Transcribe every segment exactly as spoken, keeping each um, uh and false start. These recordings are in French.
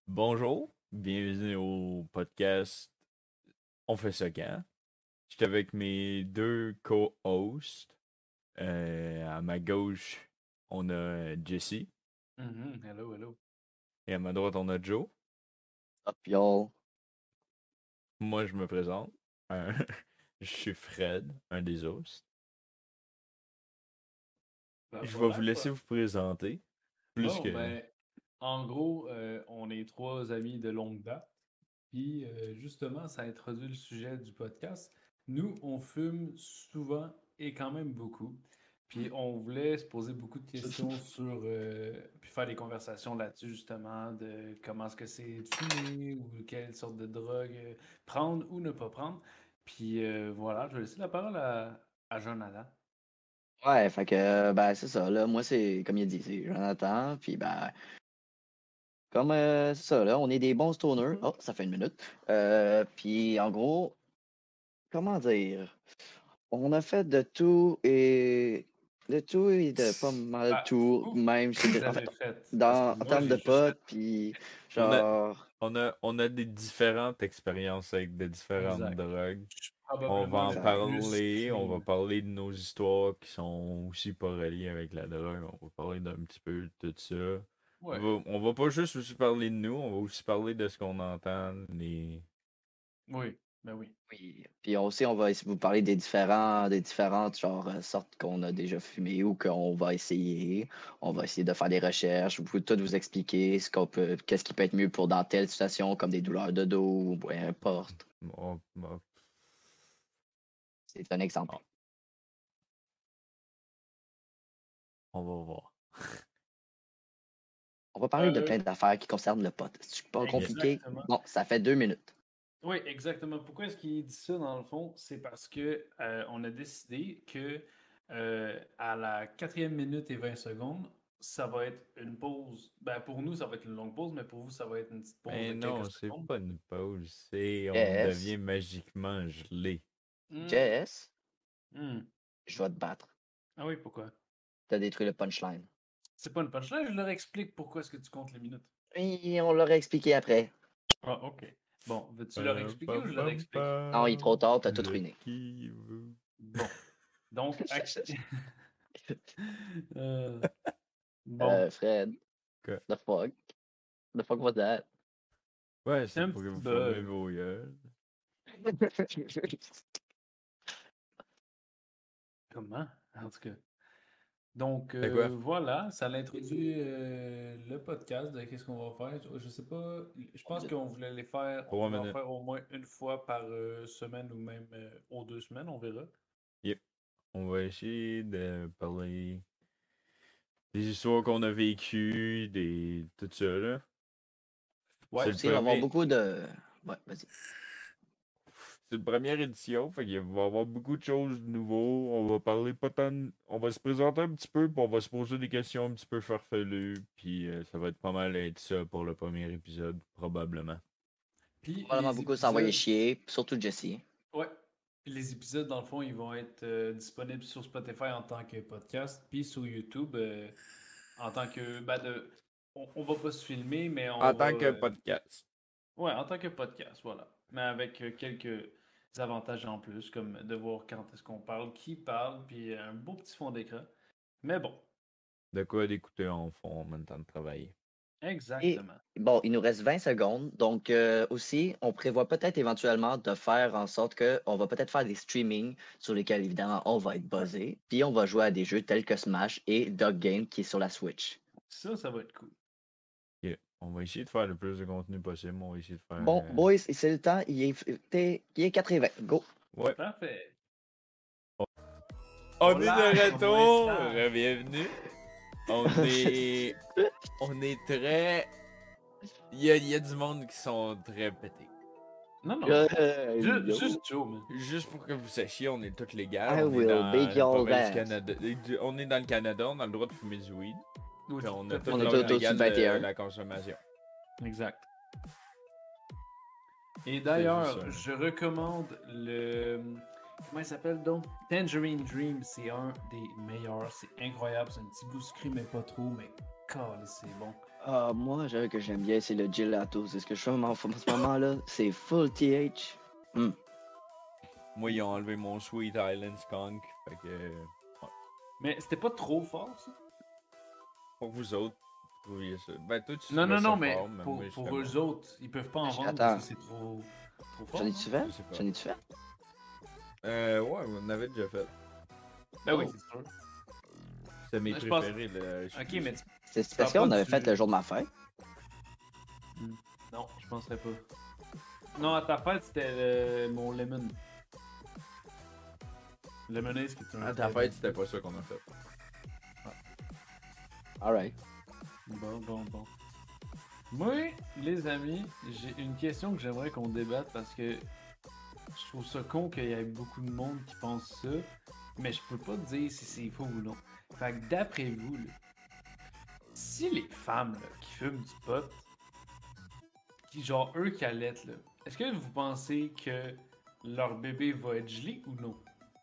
Bonjour, bienvenue au podcast On fait ça quand? J'étais avec mes deux co-hosts. Euh, à ma gauche, on a Jesse Mhm, hello, hello. et à ma droite, on a Joe. Up, y'all. Moi, je me présente. Un- je suis Fred, un des hosts. Ben, Je vais voilà vous laisser quoi. vous présenter. Plus Bon, que. ben, en gros, euh, on est trois amis de longue date. Puis, euh, justement, ça introduit le sujet du podcast. Nous, on fume souvent et quand même beaucoup. Puis, on voulait se poser beaucoup de questions sur. euh, puis faire des conversations là-dessus, justement, de comment est-ce que c'est de fumer ou quelle sorte de drogue euh, prendre ou ne pas prendre. Puis, euh, voilà, je vais laisser la parole à, à Jonathan. Ouais, fait que, ben, c'est ça, là. Moi, c'est, comme il a dit, c'est Jonathan. Puis, ben, comme, euh, c'est ça, là, on est des bons stoners. Oh, ça fait une minute. Euh, puis, en gros, comment dire? On a fait de tout et. De tout et de pas mal Ah, tout, vous, même, je te vous dirais. En avez fait, fait, parce que dans, en moi, termes de j'ai juste fait. potes, puis, On a, genre. on a, on a des différentes expériences avec de différentes Exact. drogues. Je suis On va probablement en le Exact. plus parler, on va clean. parler de nos histoires qui sont aussi pas reliées avec la drogue. On va parler d'un petit peu de tout ça. On Ouais. va, on va pas juste aussi parler de nous, on va aussi parler de ce qu'on entend. Les... Oui. Ben oui. Oui. Puis aussi, on va essayer de vous parler des différents, des différentes genre, euh, sortes qu'on a déjà fumées ou qu'on va essayer. On va essayer de faire des recherches, vous tout vous expliquer ce qu'on peut, qu'est-ce qui peut être mieux pour dans telle situation, comme des douleurs de dos ou peu importe. On, on- C'est un exemple. on va voir. On va parler de Euh, plein d'affaires qui concernent le pot. C'est pas compliqué. exactement. Bon, ça fait deux minutes. Oui, exactement. Pourquoi est-ce qu'il dit ça dans le fond? C'est parce que euh, on a décidé que euh, à la quatrième minute et vingt secondes, ça va être une pause. Ben pour nous, ça va être une longue pause, mais pour vous, ça va être une petite pause Mais de quelques non, c'est secondes. pas une pause, c'est on Jess, devient magiquement gelé. Hmm, Jess, hmm. je vais te battre. Ah oui, pourquoi? T'as détruit le punchline. C'est pas une punchline, je leur explique pourquoi est-ce que tu comptes les minutes. Et on l'aurait expliqué après. Ah, ok. Bon, veux-tu leur Pam, expliquer ou pam, je leur pam, explique? Non, il est trop pam. tard, t'as tout Je ruiné. qui veut. Bon. Donc, ac- Euh, bon, Euh, Fred, Que- the fuck? The fuck was that? Ouais, c'est c'est un pour que petit vous fermez bug. vos gueules. Comment? En tout cas. Donc, C'est quoi? euh, voilà, ça l'introduit euh, le podcast de qu'est-ce qu'on va faire. Je je sais pas, je pense qu'on voulait les faire, on Trois voulait en minutes. faire au moins une fois par euh, semaine ou même euh, aux deux semaines, on verra. Yep. On va essayer de parler des histoires qu'on a vécues, des tout ça là. Ouais, C'est le Aussi, il va y avoir premier. beaucoup de. Ouais, vas-y. C'est une première édition, fait qu'il va y avoir beaucoup de choses de nouveau. On va parler pas tant. de- On va se présenter un petit peu, puis on va se poser des questions un petit peu farfelues, puis euh, ça va être pas mal être ça pour le premier épisode, probablement. puis Probablement les beaucoup s'envoyer épisodes, chier, surtout Jesse. ouais, les épisodes, dans le fond, ils vont être euh, disponibles sur Spotify en tant que podcast, puis sur YouTube euh, en tant que, ben de, on, on va pas se filmer, mais on En va, tant que euh, podcast. ouais, en tant que podcast, voilà. Mais avec euh, quelques avantages en plus, comme de voir quand est-ce qu'on parle, qui parle, puis un beau petit fond d'écran. Mais bon, De quoi d'écouter en fond en même temps de travailler. Et exactement. bon, il nous reste vingt secondes. Donc, euh, aussi, on prévoit peut-être éventuellement de faire en sorte que on va peut-être faire des streamings sur lesquels, évidemment, on va être Ouais. buzzé. Puis, on va jouer à des jeux tels que Smash et Dog Game qui est sur la Switch. Ça, ça va être cool. Ok. On va essayer de faire le plus de contenu possible. On va essayer de faire. Bon, euh, boys, c'est le temps. Il est, t'es- il est quatre heures vingt. Go! Ouais. Parfait. On est Hola, de ¿cómo retour! estás? Bienvenue! On est. On est très. Il y a, il y a du monde qui sont très pétés. Non, non. Euh, Ju- yo. juste Joe, man. Juste pour que vous sachiez, on est tous légal. I On est will beat dans la your province du ass. Canada. On est dans le Canada, on a le droit de fumer du weed. Oui, Puis c'est on tout a à fait tout On est le tous légal. au-dessus légal de vingt et de un. la consommation. Exact. Et C'est juste d'ailleurs, ça. je recommande le. Comment il s'appelle donc? Tangerine Dream, c'est un des meilleurs. C'est incroyable. C'est un petit goût sucré, mais pas trop. Mais calé, c'est bon. Ah, moi, j'avoue que j'aime bien, c'est le gelato. C'est ce que je fais en, en ce moment-là. C'est full T H. Hmm. Moi, ils ont enlevé mon Sweet Island Skunk. Fait que. euh, Mais c'était pas trop fort, ça? Pour vous autres, vous trouviez ça. Ben, toi, tu Non, trouvais non, ça non, mais fort, mais pour, moi, je pour serais eux mort. autres, ils peuvent pas en J- vendre attends. parce que c'est trop, trop fort. J'en non? ai-tu fait? Je sais pas. J'en ai-tu fait? Euh, ouais, on avait déjà fait. Ben oui, Oh. c'est sûr. C'était mes Ouais, je pense- préférés, là. je Ok, sais mais pas. tu- C'est Tu parce parles qu'on pas avait du- fait le jour de ma fête. non, je penserais pas. Non, à ta fête, c'était le- mon lemon. Lemonade, ce qui est un. À ta fête, c'était pas ça qu'on a fait. Alright. Bon, bon, bon. Moi, les amis, j'ai une question que j'aimerais qu'on débatte parce que je trouve ça con qu'il y ait beaucoup de monde qui pense ça, mais je peux pas te dire si c'est faux ou non. Fait que d'après vous, là, si les femmes là, qui fument du pot, qui genre eux qui allaitent, là, est-ce que vous pensez que leur bébé va être gelé ou non?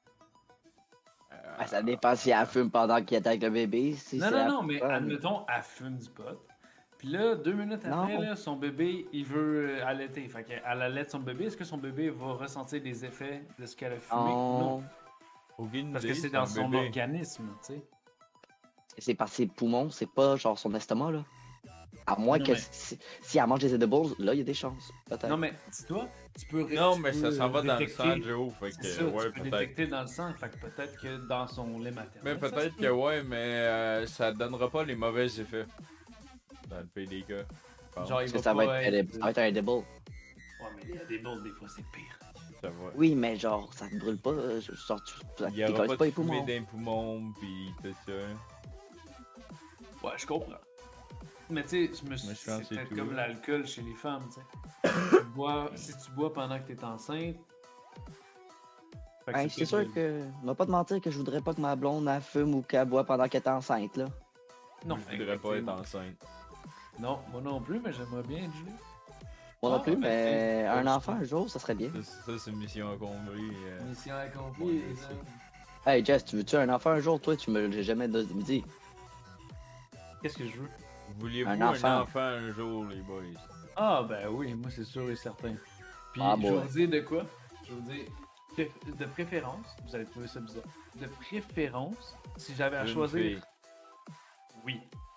Ah, ça dépend si elle fume pendant qu'il est avec le bébé. Si Non, c'est non, la non, mais fun. admettons, elle fume du pot. Puis là, deux minutes Non. après, là, son bébé, il veut euh, allaiter. Fait qu'elle allait son bébé. Est-ce que son bébé va ressentir des effets de ce qu'elle a fumé ou non? Non. Aucune Parce que idée, c'est dans un son bébé. organisme, tu sais. C'est par ses poumons, c'est pas genre son estomac, là. À moins Non, que mais- si, si elle mange des edibles, là, il y a des chances. Peut-être. Non, mais dis-toi, tu peux ré- Non, tu mais peux, ça s'en va euh, dans le détecter- sang, Joe. Fait C'est que, ça, ouais, tu peux peut-être. détecter dans le sang. Fait que peut-être que dans son lait maternel. Mais ça se peut-être peut. que ouais, mais euh, ça donnera pas les mauvais effets. Dans le pays des gars. je pense. Genre, il Parce que va ça va pas être, edible- ça va être un edible. Ouais, mais il y a des balles, des fois, c'est pire. Ça va. Oui, mais genre, ça te brûle pas. euh, Genre, tu ça Il y aura t'écolle pas pas de les fumée poumons. dans les poumons, pis tout ça. Ouais, je comprends. Mais tu sais, je me suis Moi, dit, je pense c'est que c'est peut-être tout, comme là. l'alcool chez les femmes, tu sais. Tu bois- si tu bois pendant que t'es enceinte. Fait que Hey, c'est peut-être sûr le- que. On va pas te mentir que je voudrais pas que ma blonde elle fume ou qu'elle boit pendant qu'elle est enceinte, là. Non, je voudrais pas être effectivement. enceinte. Non, moi non plus, mais j'aimerais bien être gelé. Moi Ah, non plus, mais mais c'est- un ouais, enfant un jour, ça serait bien. Ça, ça, c'est une mission accomplie. euh. Mission accomplie, Ouais, les c'est hommes. Hey Jess, tu veux-tu un enfant un jour? Toi, tu me l'as jamais do- dit. Qu'est-ce que je veux? Vouliez-vous Un un enfant. enfant. un jour, les boys? Ah, ben oui, moi c'est sûr et certain. Puis Ah, je vais boy. vous dire de quoi? Je vais vous dire que- de préférence, vous allez trouver ça bizarre. De préférence, si j'avais à Une choisir. fille. Oui.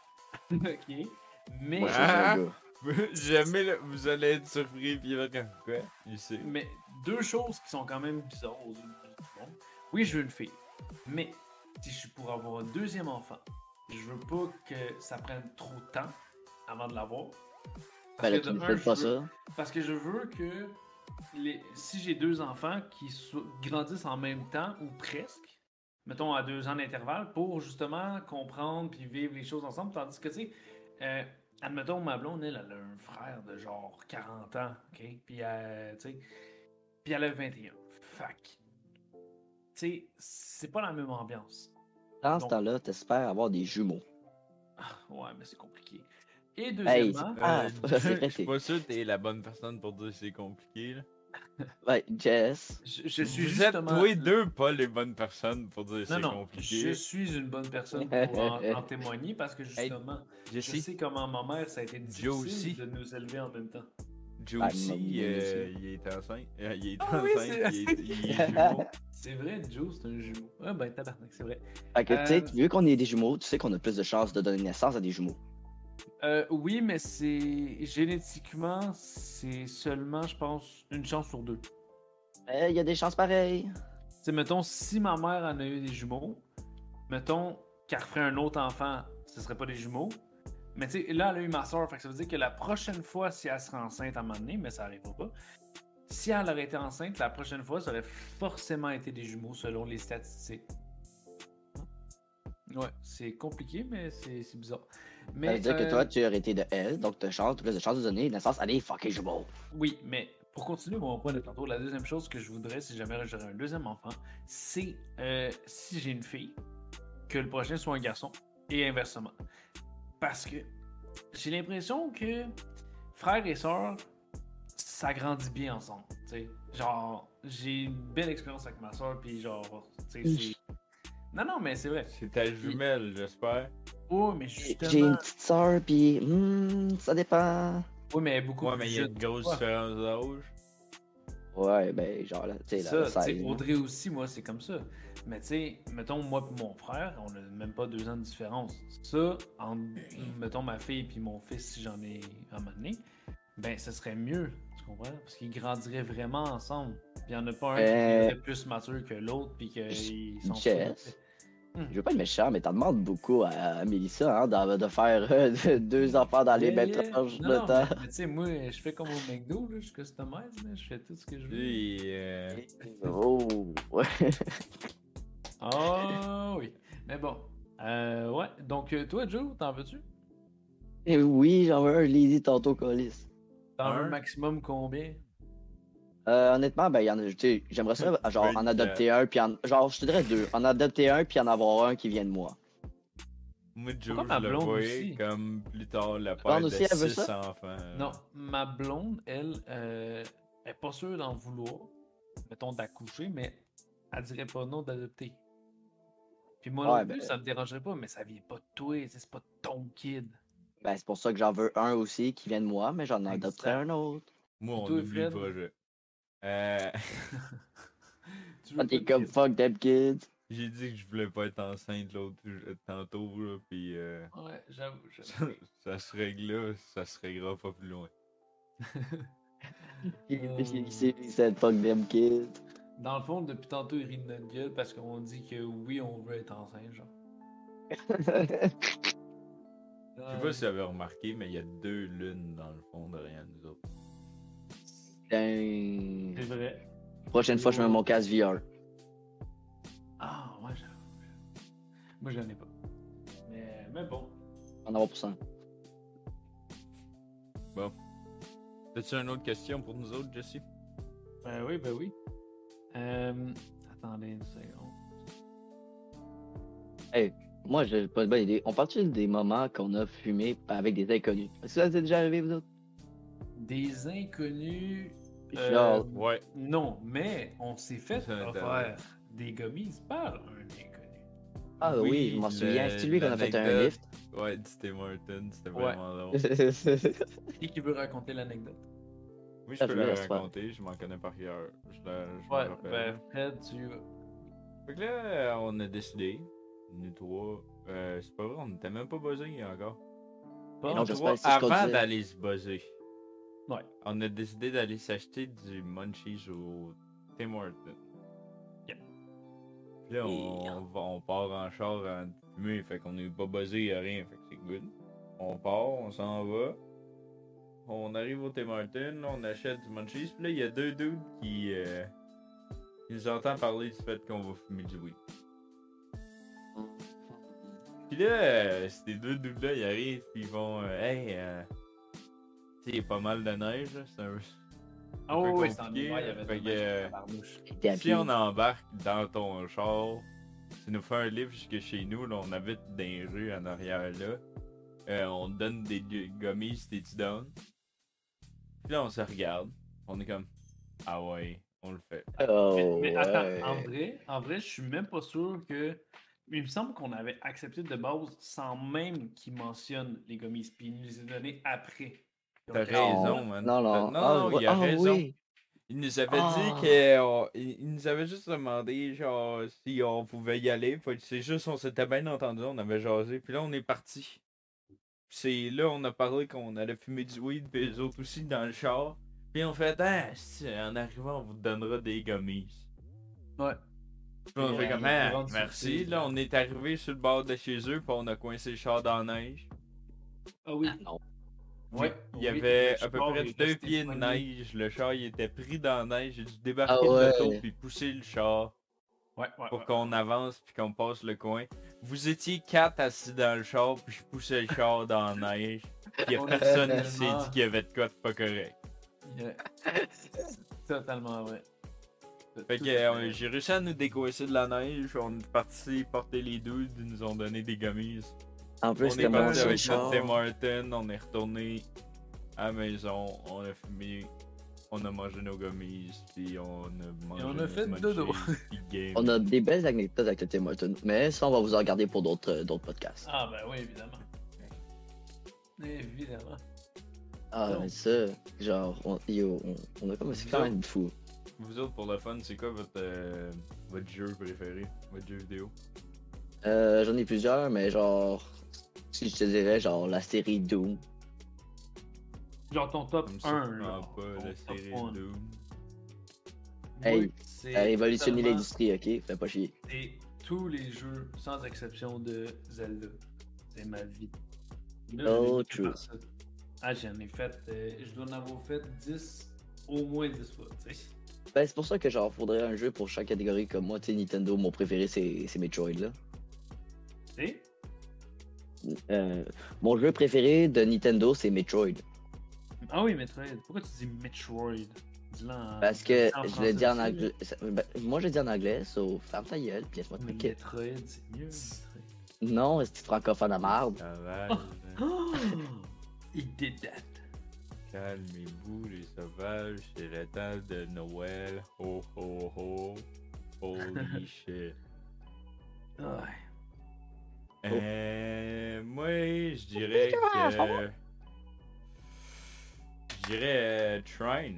Ok. Mais. Moi, je suis Ah! un gars. Jamais là, vous allez être surpris pis il va comme quoi? Il sait. Mais deux choses qui sont quand même bizarres aux yeux de tout le monde. Oui, je veux une fille. Mais si je suis pour avoir un deuxième enfant, je veux pas que ça prenne trop de temps avant de l'avoir. Ben là, que tu de ne un, fais je pas veux- ça. Parce que je veux que les... si j'ai deux enfants qui so- grandissent en même temps ou presque, mettons à deux ans d'intervalle, pour justement comprendre puis vivre les choses ensemble. Tandis que, tu sais, euh, admettons, ma blonde, elle, elle a un frère de genre quarante ans, OK? Puis, elle, tu sais, puis elle a vingt et un. Fac. Tu sais, c'est pas la même ambiance. Dans ce Donc- temps-là, t'espères avoir des jumeaux. Ouais, mais c'est compliqué. Et Hey, deuxièmement, Ah, Euh, c'est je raté. suis pas sûr que t'es la bonne personne pour dire que c'est compliqué, là. ouais, Jess. je, je suis Vous justement... êtes tous les deux pas les bonnes personnes pour dire que Non, c'est non, compliqué. je suis une bonne personne pour en, en témoigner parce que justement, je Jesse, sais comment ma mère, ça a été Joe difficile aussi. de nous élever en même temps. Joe Ah, aussi, moi, moi euh, aussi. il est enceinte. Euh, il est Ah oui, enceinte, c'est- il est, il est jumeau. C'est vrai, Joe, c'est un jumeau. Ah ben, tabarnak, c'est vrai. Fait que, tu sais, Euh, vu qu'on est des jumeaux, tu sais qu'on a plus de chances de donner naissance à des jumeaux. Euh, oui, mais c'est... Génétiquement, c'est seulement, je pense, une chance sur deux. Mais il y a des chances pareilles. Tu sais, mettons, si ma mère en a eu des jumeaux, mettons qu'elle referait un autre enfant, ce serait pas des jumeaux. Mais tu sais, là, elle a eu ma soeur, fait que ça veut dire que la prochaine fois, si elle serait enceinte à un moment donné, mais ça arrivera pas, si elle aurait été enceinte, la prochaine fois, ça aurait forcément été des jumeaux selon les statistiques. Ouais, c'est compliqué, mais c'est c'est bizarre. Mais, Ça veut dire que euh, toi, tu aurais été de elle, donc tu as chance, plus de chances de donner naissance à des fucking jumeaux. Oui, mais pour continuer mon point de tantôt, la deuxième chose que je voudrais, si jamais j'aurais un deuxième enfant, c'est euh, si j'ai une fille, que le prochain soit un garçon, et inversement. Parce que j'ai l'impression que frères et sœurs, ça grandit bien ensemble. Tu sais, genre, j'ai une belle expérience avec ma soeur, puis genre, tu sais, c'est. Non, non, mais c'est vrai. C'est ta jumelle, j'espère. Oh, mais J'ai justement. j'ai une petite sœur, puis hmm, ça dépend. Oui, mais elle est beaucoup Ouais, plus mais il y a jeune une que grosse toi. différence d'âge. Ouais, ben, genre, là, tu sais, C'est là, ça, tu sais, seize, là. Audrey aussi, moi, c'est comme ça. Mais tu sais, mettons, moi et mon frère, on a même pas deux ans de différence. Ça, entre, mettons, ma fille et mon fils, si j'en ai un moment donné, ben, ce serait mieux, tu comprends? Parce qu'ils grandiraient vraiment ensemble. Puis il y en a pas un qui Euh, deviendrait plus mature que l'autre, puis qu'ils s'en foutent. Jess, je veux pas être méchant, mais t'en demandes beaucoup à, à Mélissa, hein, de, de faire euh, deux enfants dans les Yeah, mêmes yeah. tranches Non, de non, temps. mais, mais tu sais, moi, je fais comme au McDo, là, je customise, là, je fais tout ce que je veux. Et, euh, Oh, ouais. Ah oui. Mais bon. Euh, ouais. Donc, euh, toi, Joe, t'en veux-tu? Et oui, j'en veux un, je l'ai dit tantôt, Colis. T'en veux Un? maximum combien? Euh, honnêtement, ben, il y en a, tu sais, j'aimerais ça, genre, en adopter un, puis en, genre, je te dirais deux. En adopter un, puis en avoir un qui vient de moi. moi, Joe, Pourquoi ma je le blonde voyais aussi? comme plus tard le père blonde de aussi, elle veut six ça? enfants. Non, ma blonde, elle, euh, est pas sûre d'en vouloir, mettons, d'accoucher, mais elle dirait pas non d'adopter. Puis moi Ouais, non plus, ben, ça me dérangerait pas, mais ça vient pas de toi, tu sais, c'est pas ton kid. ben, c'est pour ça que j'en veux un aussi qui vient de moi, mais j'en adopterai Exact. un autre. Moi, Puis on toi, oublie le Fred? projet. Euh, Tu Ah, veux pas t'es de comme kid? fuck them kids. J'ai dit que je voulais pas être enceinte l'autre euh, tantôt, là, pis euh, Ouais, j'avoue, ça, j'avoue. ça se règle là, ça se réglera pas plus loin. Il Euh, il s'est dit c'est fuck them kids. Dans le fond, depuis tantôt, il rit de notre gueule parce qu'on dit que oui, on veut être enceinte, genre. Je sais pas si vous avez remarqué, mais il y a deux lunes dans le fond derrière nous autres. Ben, C'est vrai. prochaine fois, je mets mon casque V R. Ah, ouais, j'avoue. Moi, j'en ai pas. Mais, mais bon. En avoir pour cent. Bon. T'as-tu une autre question pour nous autres, Jesse? Ben oui, ben oui. Euh, attendez une seconde. Hey, moi, j'ai pas de bonne idée. On parle-tu des moments qu'on a fumé avec des inconnus? Est-ce que ça vous est déjà arrivé, vous autres? Des inconnus. Genre, euh, Ouais. Non, mais on s'est fait Ça offrir m'intéresse. des gommises par un inconnu. ah oui, je m'en le- souviens. C'est lui qu'on a fait un l'anecdote- lift. Ouais, c'était Martin, c'était Ouais. vraiment drôle. Qui qui veut raconter l'anecdote? Oui, je Ah, peux je la laisse faire. raconter, je m'en connais par cœur. Je, la, je m'en Ouais, rappelle. ben Fred, tu. Fait que là, on a décidé, nous trois, euh, c'est pas vrai, on était même pas buzzés encore. Pas Et non, Nous j'espère trois, que c'est ce qu'on avant disait. d'aller se buzzer, Ouais. on a décidé d'aller s'acheter du Munchies au Tim Hortons. Yep. Puis là, on, va- on part en char en fumée, fait qu'on est pas buzzé, y'a rien, fait que c'est good. On part, on s'en va. On arrive au Tim Hortons, on achète du Munchies, puis là, il y a deux dudes qui, euh, qui nous entendent parler du fait qu'on va fumer du weed. Puis là, euh, ces deux dudes-là, ils arrivent, puis ils vont, euh, hey, euh, tu sais, il y a pas mal de neige, là, c'est un, Ah un peu oui, c'est en compliqué, hiver, il y avait fait de que, la euh, neige, tabarnouche. T'es à si pied. on embarque dans ton char, tu nous fais un livre jusque chez nous, là, on habite dans les rues en arrière là. Euh, on te donne des gu- gummies, t'es-tu down? Puis là, on se regarde. On est comme, ah ouais, on le fait. Oh, Mais, mais attends, ouais. en vrai, en vrai, je suis même pas sûr que. Il me semble qu'on avait accepté de base sans même qu'il mentionne les gommises, puis il nous les a donné après. T'as Donc, raison, Non, man. non, T'as- non. Non, Ah, non, ouais, il a ah, raison. oui. Il nous avait Ah. dit que. on- il il nous avait juste demandé, genre, si on pouvait y aller. Fait que c'est juste, on s'était bien entendu, on avait jasé. Puis là, on est parti. C'est là, on a parlé qu'on allait fumer du weed, puis les autres aussi dans le char. Puis on fait, ah, si, en arrivant, on vous donnera des gummies. Ouais. Puis on Et, fait euh, comme, il y a ah, une grande merci. surprise, Là, là. on est arrivé sur le bord de chez eux, puis on a coincé le char dans la neige. Ah oui. Ah, non. Ouais. Il y oui, avait le à peu char près est deux resté pieds de pogné. neige. Le char, il était pris dans la neige. J'ai dû débarquer Ah de ouais. l'auto puis pousser le char Ouais, ouais. pour ouais, qu'on ouais. avance puis qu'on passe le coin. Vous étiez quatre assis dans le char puis je poussais le char dans la neige. Puis y a On personne était qui s'est tellement- dit qu'il y avait de quoi de pas correct. Yeah. Totalement vrai. Fait Tout que à fait euh, vrai. j'ai réussi à nous décoincer de la neige. On est parti porter les deux. Ils nous ont donné des gummies. En plus, On est c'était mon parti avec char. notre Tim Hortons. On est retourné à la maison. On a fumé On a mangé nos gummies, puis on a mangé on a nos fait munchies, dodo. puis game. On a des belles anecdotes avec le Tim Hortons, mais ça, on va vous en garder pour d'autres euh, d'autres podcasts. Ah, ben oui, évidemment. Évidemment. Ah, Donc. mais ça, genre, on, yo, on, on a comme. C'est quand même fou. Vous autres, pour le fun, c'est quoi votre, euh, votre jeu préféré? Votre jeu vidéo? Euh, J'en ai plusieurs, mais genre, si je te dirais, genre, la série Doom. Genre ton top Comme ça, un, je là. comprends pas ton la top série one. Doom. Hey, Moi, c'est Ça a révolutionné totalement- l'industrie, ok? Fais pas chier. C'est tous les jeux, sans exception de Zelda. C'est ma vie. Là, je Oh, l'ai fait true. par ça. Ah, j'en ai fait. euh, je dois en avoir fait dix, au moins dix fois, tu sais. Ben, c'est pour ça que, genre, faudrait un jeu pour chaque catégorie comme moi. Tu sais, Nintendo, mon préféré, c'est c'est Metroid, là. Tu sais? Euh, mon jeu préféré de Nintendo, c'est Metroid. Ah oui, Metroid. Pourquoi tu dis Metroid? Dis-le en. Parce que dis-le en je français le dis en aussi, anglais. Ben, moi, je le dis en anglais, sauf ferme ta gueule, puis laisse-moi là. Mais tranquille. Metroid, c'est mieux. Metroid. Non, c'est francophone à marde. Ça va, là. Oh! He did that. Calmez-vous, les sauvages, c'est le temps de Noël. Ho ho ho. Holy shit. Ouais. Euh, moi, je dirais que. Je dirais euh, Trine.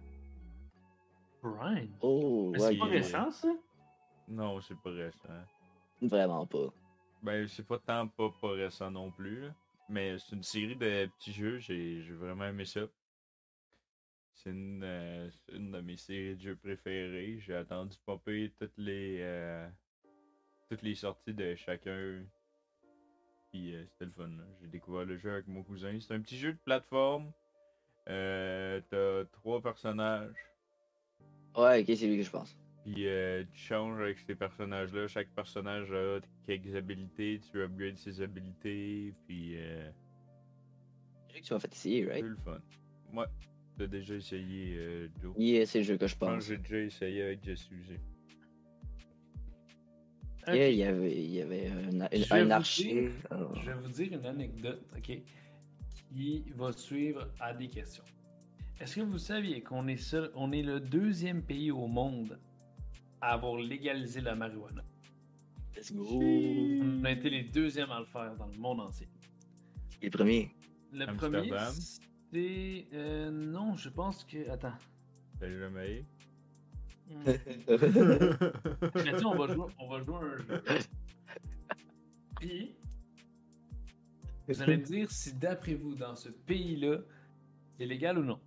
Brian. Oh, Mais ouais, c'est pas il- récent, ça? Non, c'est pas récent. vraiment pas. Ben, c'est pas tant pas, pas récent non plus, là. Mais c'est une série de petits jeux, j'ai j'ai vraiment aimé ça. C'est une, euh, c'est une de mes séries de jeux préférées. J'ai attendu popper toutes les euh, toutes les sorties de chacun. Puis euh, c'était le fun, là. J'ai découvert le jeu avec mon cousin. C'est un petit jeu de plateforme. Euh, T'as trois personnages. Ouais, ok, c'est lui que je pense. Puis euh, tu changes avec ces personnages-là. Chaque personnage a quelques habilités. Tu upgrades ses habilités. Puis euh, C'est lui que tu m'as fait essayer, c'est right? le fun. Ouais, t'as déjà essayé, euh, Joe. Yeah, c'est le jeu que je Je pense pense. que j'ai déjà essayé avec Jesse aussi. Ok. Yeah, il y avait, il y avait un, une- Je vais un vous archer. dire- Oh. Je vais vous dire une anecdote, ok, qui va suivre à des questions. Est-ce que vous saviez qu'on est seul, on est le deuxième pays au monde à avoir légalisé la marijuana? Let's go. On a été les deuxièmes à le faire dans le monde entier. Et le premier. Le Amsterdam. premier, c'est... euh, non, je pense que... Attends. Salut le mec. Hmm. Mais tu sais, on va jouer, on va jouer à un jeu. Puis, vous allez me dire si d'après vous, dans ce pays-là, c'est légal ou non.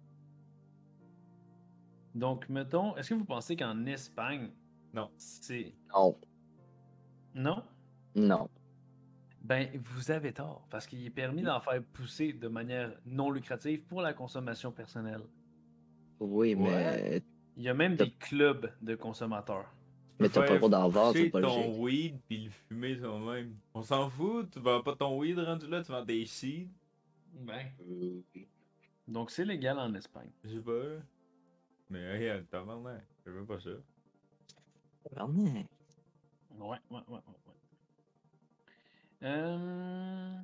Donc, mettons, est-ce que vous pensez qu'en Espagne, Non. c'est... Non, Non? non. Ben, vous avez tort, parce qu'il est permis d'en faire pousser de manière non lucrative pour la consommation personnelle. Oui, Ouais. mais, Il y a même T'as- des clubs de consommateurs. mais t'as pas le droit d'en vendre, c'est pousser pas ton logique. weed puis le fumer toi-même. On s'en fout, tu vends pas ton weed rendu là, tu vends des seeds. Ben. Euh, Donc, c'est légal en Espagne. Je sais pas. là. Mais hey, t'as maintenant, je veux pas ça. Vraiment. Ouais, ouais, ouais, ouais. ouais. Euh...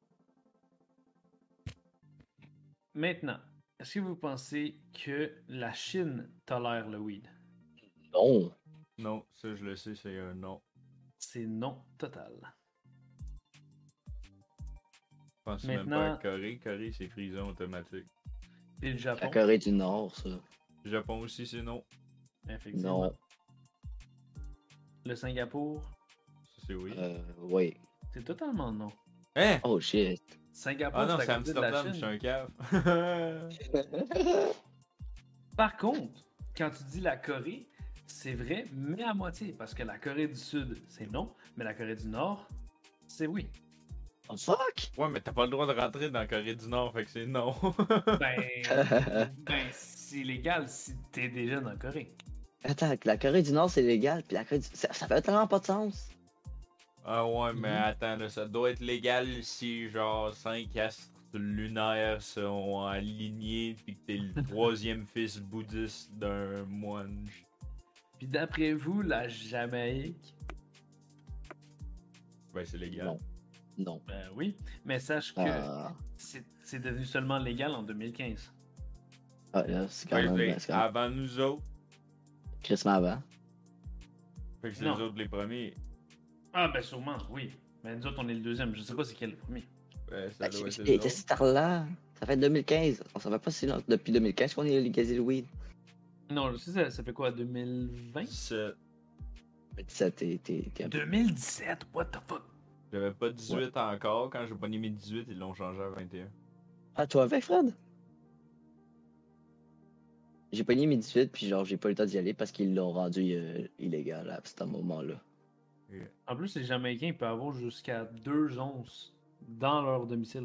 Maintenant, est-ce que vous pensez que la Chine tolère le weed? Non. Non, ça je le sais, c'est un non. C'est non total. Je pense même pas Maintenant- à Corée. Corée, c'est prison automatique. Et le La Japon? Corée du Nord, ça. Le Japon aussi, c'est non. Effectivement. Non. Le Singapour? Ça, c'est oui. Euh, oui. C'est totalement non. Hein? Oh shit. Singapour, Ah non, c'est c'est à côté de la Amsterdam, je suis Chine. un cave. Par contre, quand tu dis la Corée, c'est vrai, mais à moitié, parce que la Corée du Sud, c'est non, mais la Corée du Nord, c'est oui. Oh fuck! Ouais, mais t'as pas le droit de rentrer dans la Corée du Nord, fait que c'est non. Ben, ben c'est légal si t'es déjà dans la Corée. Attends, la Corée du Nord, c'est légal, puis la Corée du... Ça, ça fait tellement pas de sens. Ah ouais, mais Mhm. attends, là, ça doit être légal si genre cinq astres lunaires sont alignés pis que t'es le troisième fils bouddhiste d'un moine. Puis d'après vous, la Jamaïque, Ben c'est légal. Non. Non. ben oui, mais sache que Ah. c'est c'est devenu seulement légal en deux mille quinze. Ah, là, c'est quand Ouais, même. ben, C'est quand même avant nous autres. crissement avant. Fait que c'est Non. nous autres les premiers. Ah, ben sûrement, oui. Mais nous autres, on est le deuxième. Je sais pas c'est quel le premier. Ouais, ça Ben, doit être il eux était autres. si tard là. Ça fait deux mille quinze. On s'en va pas si longtemps. Depuis deux mille quinze qu'on est légalisé le weed. Non, je sais, ça, ça fait quoi, deux mille vingt? dix-sept. Ça, t'es t'es- t'es un peu. deux mille dix-sept, what the fuck? J'avais pas dix-huit encore. Quand j'ai pogné mes dix-huit, ils l'ont changé à vingt et un. Ah, toi avec, Fred? J'ai pogné mes dix-huit, puis genre, j'ai pas eu le temps d'y aller parce qu'ils l'ont rendu euh, illégal à ce moment-là. En plus, les Jamaïcains peuvent avoir jusqu'à deux onces dans leur domicile.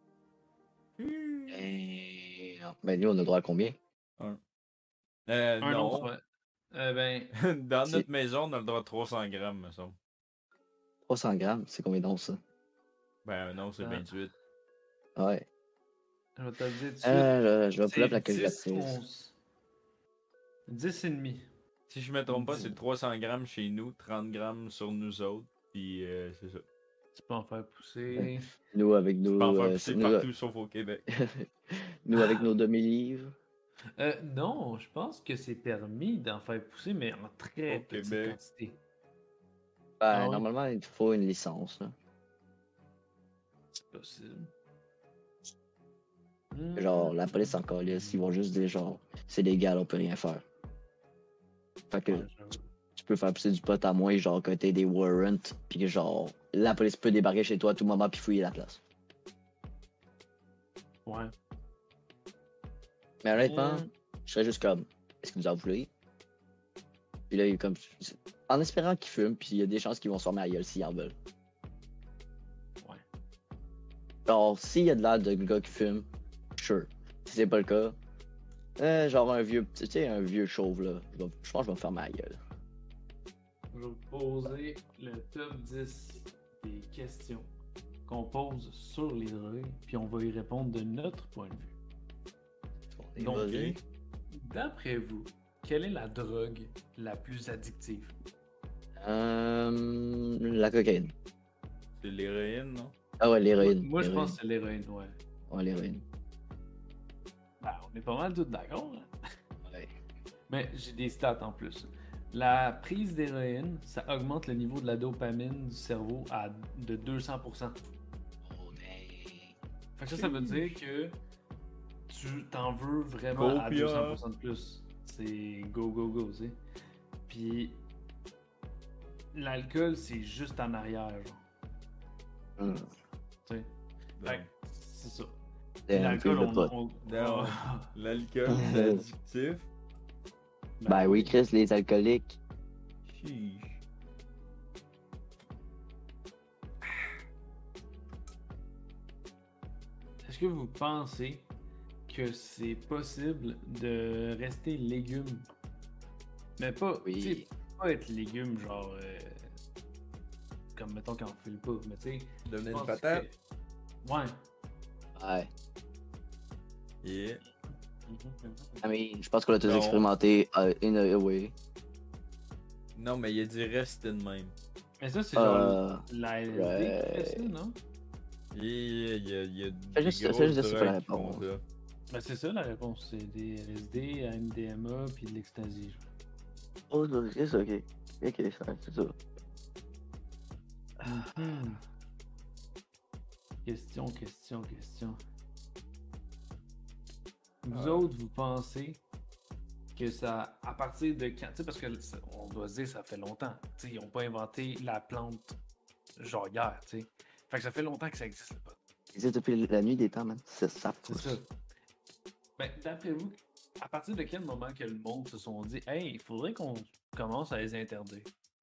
Et... Ben, nous, on a droit à combien? Euh, Un once, non. ouais. Euh, ben, Dans C'est- notre maison, on a le droit à trois cents grammes, me semble. trois cents grammes, c'est combien d'onces, ça? Ben non, c'est Ah. vingt-huit. Ouais. je vais te le dire tout de suite. Euh, je, je vais pull up la c'est dix calculatrice. onces. dix et demi. Si je me trompe pas, Dix. c'est trois cents grammes chez nous, trente grammes sur nous autres, puis euh, c'est ça. Tu peux en faire pousser. Nous, avec Tu nos. peux en faire euh, pousser nous, partout sauf au Québec. nous, avec nos demi-livres. Euh, non, je pense que c'est permis d'en faire pousser, mais en très Au petite Québec. quantité. Ben, Ah oui. normalement, il faut une licence, là. C'est possible. Hmm. Genre, la police encore là, ils vont juste dire, genre, c'est légal, on peut rien faire. Fait que Ouais, j'avoue. tu peux faire pousser du pot à moins, genre, que t'aies des warrants, puis que, genre, la police peut débarquer chez toi à tout moment, puis fouiller la place. Ouais. Mais honnêtement, Hmm. je serais juste comme, est-ce que vous en voulez? Puis là, il est comme, en espérant qu'ils fument, puis il y a des chances qu'ils vont se former à la gueule s'ils en veulent. Ouais. Genre, s'il y a de l'air de gars qui fume, sure. Si c'est pas le cas, euh, genre un vieux, tu sais, un vieux chauve, là, je, vais- je pense que je vais me fermer à la gueule. Je vais vous poser le top dix des questions qu'on pose sur les drogues, puis on va y répondre de notre point de vue. Donc, Vas-y. d'après vous, quelle est la drogue la plus addictive? Euh, la cocaïne. C'est l'héroïne, non? Ah ouais, l'héroïne. Moi, je l'héroïne. pense que c'est l'héroïne, ouais. Ouais, l'héroïne. Ben, on est pas mal tous d'accord, hein? Ouais. Mais j'ai des stats en plus. La prise d'héroïne, ça augmente le niveau de la dopamine du cerveau à de deux cents pour cent. Oh, dang. Fait que ça, ça veut dire que tu t'en veux vraiment à Copia. deux cents pour cent de plus. C'est go, go, go, tu sais. Puis l'alcool, c'est juste en arrière, genre. Hmm. Tu sais. Fait que c'est ça. Damn, L'alcool, fils de on, pote. on- Non. L'alcool, c'est addictif. Ben oui, Chris, les alcooliques. Chiche. Est-ce que vous pensez que c'est possible de rester légume? Mais pas, Oui. tu sais, pas être légume, genre, euh, comme mettons quand on fait le pas, mais tu sais. Devenir je une pense patate. que- Ouais. Ouais. Yeah. I mean, je pense qu'on l'a tous Non. expérimenté uh, in a way. Non, mais il a dit reste de même. Mais ça, c'est Euh, genre la L S D qui ouais. fait ça, non? Il y a, il y a, il y a Fais des juste- fais grosses juste c'est pas la drogues qui font réponse. ça. Ben c'est ça la réponse, c'est des L S D, M D M A, puis de l'ecstasy. genre. Oh, c'est ça, ok. Ok, ça, c'est ça. Hmm. Question, question, question. Vous Ah. autres, vous pensez que ça, à partir de quand, tu sais, parce que ça- on doit se dire ça fait longtemps, tu sais, ils n'ont pas inventé la plante genre hier, tu sais. Fait que ça fait longtemps que ça existe le pot. C'est depuis la nuit des temps, man. C'est ça. C'est ça. Ben, d'après vous, à partir de quel moment que le monde se sont dit, hey, il faudrait qu'on commence à les interdire?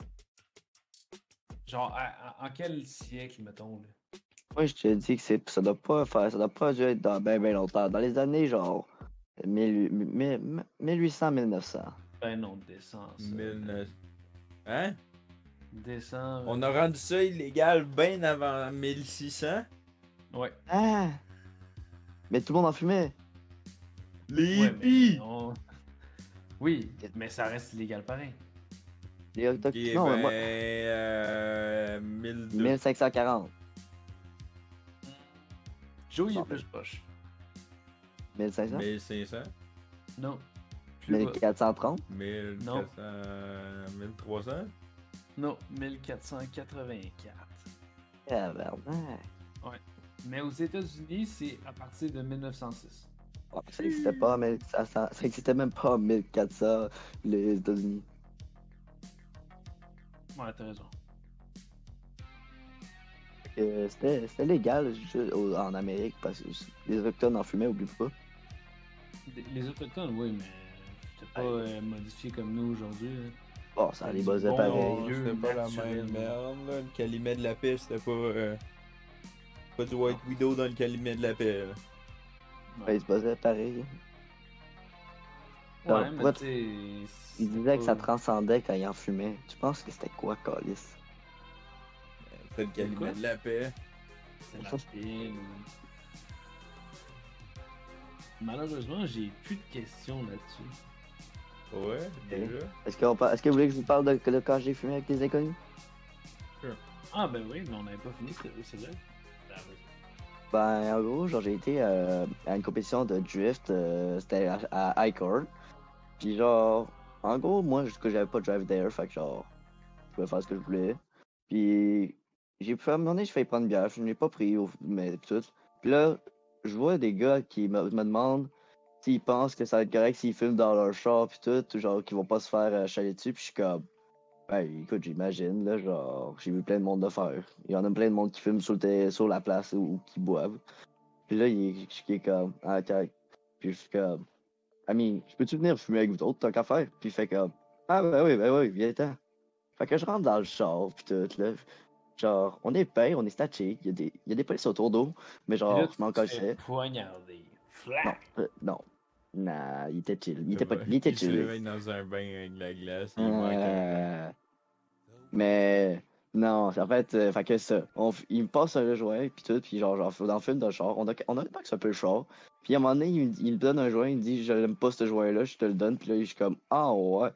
Genre, à- à- en quel siècle, mettons, là? Moi, je te dis que c'est, ça doit pas faire, ça doit pas dû être dans ben, ben longtemps. Dans les années, genre, mille huit cents, mille neuf cents. Ben non, descends ça. mille neuf- Hein? Descends. On a rendu ça illégal bien avant mille six cents. Ouais. Ah! Mais tout le monde en fumait. Les Ouais, mais hippies! on- Oui, mais ça reste illégal pareil. Les Ok, autochtones. ben, Non, moi, euh, mille deux. mille cinq cent quarante. Joe, il est Bon, plus poche. mille cinq cents? mille cinq cents. Non. Plus bas. mille quatre cent trente? mille quatre cents... mille trois cents? Non, mille quatre cent quatre-vingt-quatre. Ah, merde. Ouais. Mais aux États-Unis, c'est à partir de mille neuf cent six. Oh, ça n'existait pas en mille cinq cents. Ça n'existait même pas en mille quatre cents, les États-Unis. Ouais, t'as raison. Euh, C'était c'était légal juste au- en Amérique parce que les Autochtones en fumaient, oublie pas. Les- Les Autochtones, oui, mais c'était pas euh, modifié comme nous aujourd'hui. hein. Bon, ça les du buzzait bon- pareil. Non, vieux, c'était pas la naturel. même merde, là. Le calumet de la paix, c'était pas... euh, pas du White Widow dans le calumet de la paix, là. Ben, ils se buzzaient pareil. Ouais, Alors, mais pourquoi tu sais. Ils c'est disaient que ça pas- transcendait quand ils en fumaient. Tu penses que c'était quoi, Calis? C'est le calumet quoi? de la paix. C'est la pile. Malheureusement, j'ai plus de questions là-dessus. Ouais, déjà. Est-ce qu'on par- Est-ce que vous voulez que je vous parle de, de quand j'ai fumé avec des inconnus? Ah, ben oui, mais on n'avait pas fini, c'est c'est vrai. Ah, vas-y. Ben, en gros, genre, j'ai été euh, à une compétition de drift, euh, c'était à, à Icord. Puis genre, en gros, moi, je- que j'avais pas de drive d'air, fait que genre, je pouvais faire ce que je voulais. Puis j'ai pu, à un moment donné, je failli prendre une bière, je n'ai pas pris, au- mais tout. Puis là, je vois des gars qui me, me demandent s'ils pensent que ça va être correct s'ils filment dans leur char, puis tout, genre, qu'ils vont pas se faire euh, chialer dessus, puis je suis comme, ben, écoute, j'imagine, là, genre, j'ai vu plein de monde le faire. Il y en a plein de monde qui filment sur, le té- sur la place ou, ou qui boivent. Puis là, il est, je suis comme, ah, ok. Puis je suis comme, ami, je peux-tu venir fumer avec vous autres, tant qu'à faire? Puis il fait comme, ah, ben oui, ben oui, viens-t'en. Fait que je rentre dans le char, pis tout, là. Genre, on est payé, on est statique, il y a des, il y a des polices autour d'eau, mais Puis là, genre, tu je m'en te fais cochais. poignarder. Non, Flac! euh, non. Nah, il était chill. Il était pas, il était Il se chill. réveille dans un bain avec de la glace, il manque un... Euh, mais non, en fait, euh, fait que ça. On f- il me passe un joint, puis tout, puis genre, genre, dans le film de char, on a, on a pas que c'est un peu le char. Puis à un moment donné, il, me- il me donne un joint, il me dit, je l'aime pas ce joint-là, je te le donne, puis là, je suis comme, ah ouais.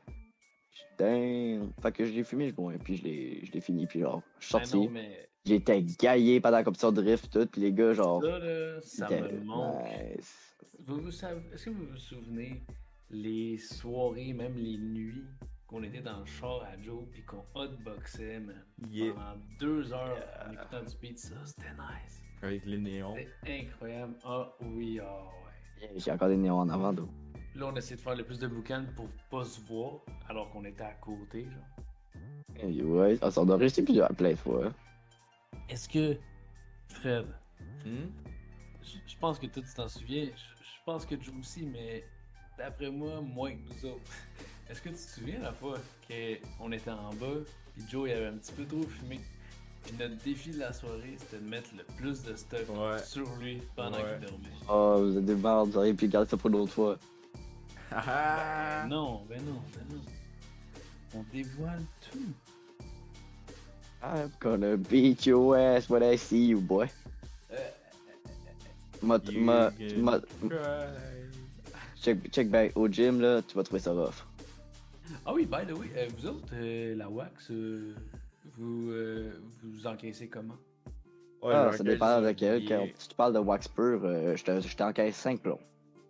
Damn. Fait que je l'ai fumé le joint, puis je l'ai, je l'ai fini, puis genre, je suis Ben sorti. non, mais J'étais gaillé pendant la compétition de drift, tout, puis les gars, genre, ça, là, ça c'était me manque. nice. Vous, vous savez, est-ce que vous vous souvenez les soirées, même les nuits, qu'on était dans le char à Joe puis qu'on hotboxait, man, Yeah. pendant deux heures en écoutant du beat, ça, c'était nice. Avec les néons. C'était incroyable. Ah oui, ah ouais. J'ai encore des néons en avant d'eau. Là, on essayait de faire le plus de boucan pour pas se voir, alors qu'on était à côté, genre. Et ouais, on s'en a resté plusieurs plein de fois. Est-ce que, Fred, Hmm? je je pense que toi tu t'en souviens, je je pense que Joe aussi, mais d'après moi, moins que nous autres. Est-ce que tu te souviens la fois qu'on était en bas, puis Joe il avait un petit peu trop fumé, puis notre défi de la soirée c'était de mettre le plus de stock Ouais. sur lui pendant Ouais. qu'il dormait. Oh, vous êtes des merdes, vous auriez pu garder ça pour une autre fois. Ah! Non, ben non, ben non. On dévoile tout. I'm gonna beat your ass when I see you, boy. Euh, Ma, You ma, can ma, cry. check, check back au gym, là, tu vas trouver ça rough. Ah oui, by the way, euh, vous autres, euh, la wax, euh, vous, euh, vous encaissez comment? Ouais, Ah, j'ai ça dépend de engagé quel. un Quand billet. si tu parles de wax pur, euh, je te je t'encaisse cinq plombs.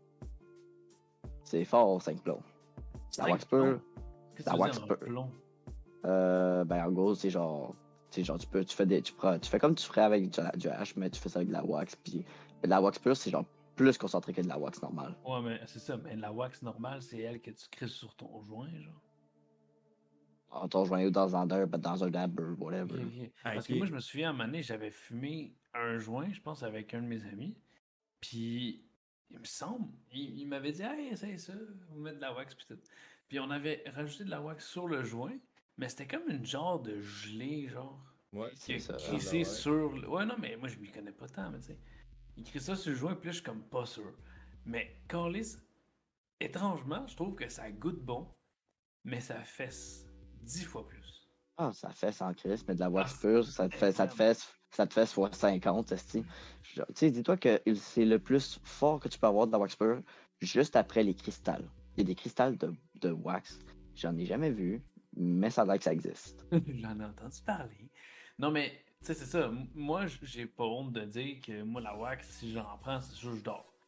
C'est fort, cinq plombs. La Cinq wax pur, plombs? Qu'est-ce que la tu veux wax dire en pur. plomb? euh, ben en gros, c'est genre. C'est genre, tu peux, tu fais des. Tu, prends, tu fais comme tu ferais avec du, du hash, mais tu fais ça avec de la wax. Puis de la wax pure, c'est genre plus concentré que de la wax normale. Ouais, mais c'est ça, mais la wax normale, c'est elle que tu crisses sur ton joint, genre. En ton joint ou dans un herb, dans un dabber, whatever. Ok, ok. Ah, Parce que ok. moi, je me souviens, à un moment donné, j'avais fumé un joint, je pense, avec un de mes amis. Puis, il me semble, il, il m'avait dit, hey, essaye ça, vous mettez de la wax, puis tout. Puis, on avait rajouté de la wax sur le joint, mais c'était comme une genre de gelée, genre. Ouais, Qui a ça, crissé ouais. sur. le- Ouais, non, mais moi, je m'y connais pas tant, mais tu sais. Il crisse ça sur le joint, puis là, je suis comme pas sûr. Mais, Carlis, étrangement, je trouve que ça goûte bon, mais ça fesse dix fois plus. Ah, ça fait sans crise, mais de la wax Ah, pure, ça te fait, ça te fait, ça te fait fois cinquante, esti. Genre, tu sais, dis-toi que il- c'est le plus fort que tu peux avoir de la wax pure juste après les cristals. Il y a des cristals de, de wax. J'en ai jamais vu, mais ça a l'air que ça existe. J'en ai entendu parler. Non, mais, tu sais, c'est ça. M- Moi, j- j'ai pas honte de dire que moi, la wax, si j'en prends, c'est sûr que je dors.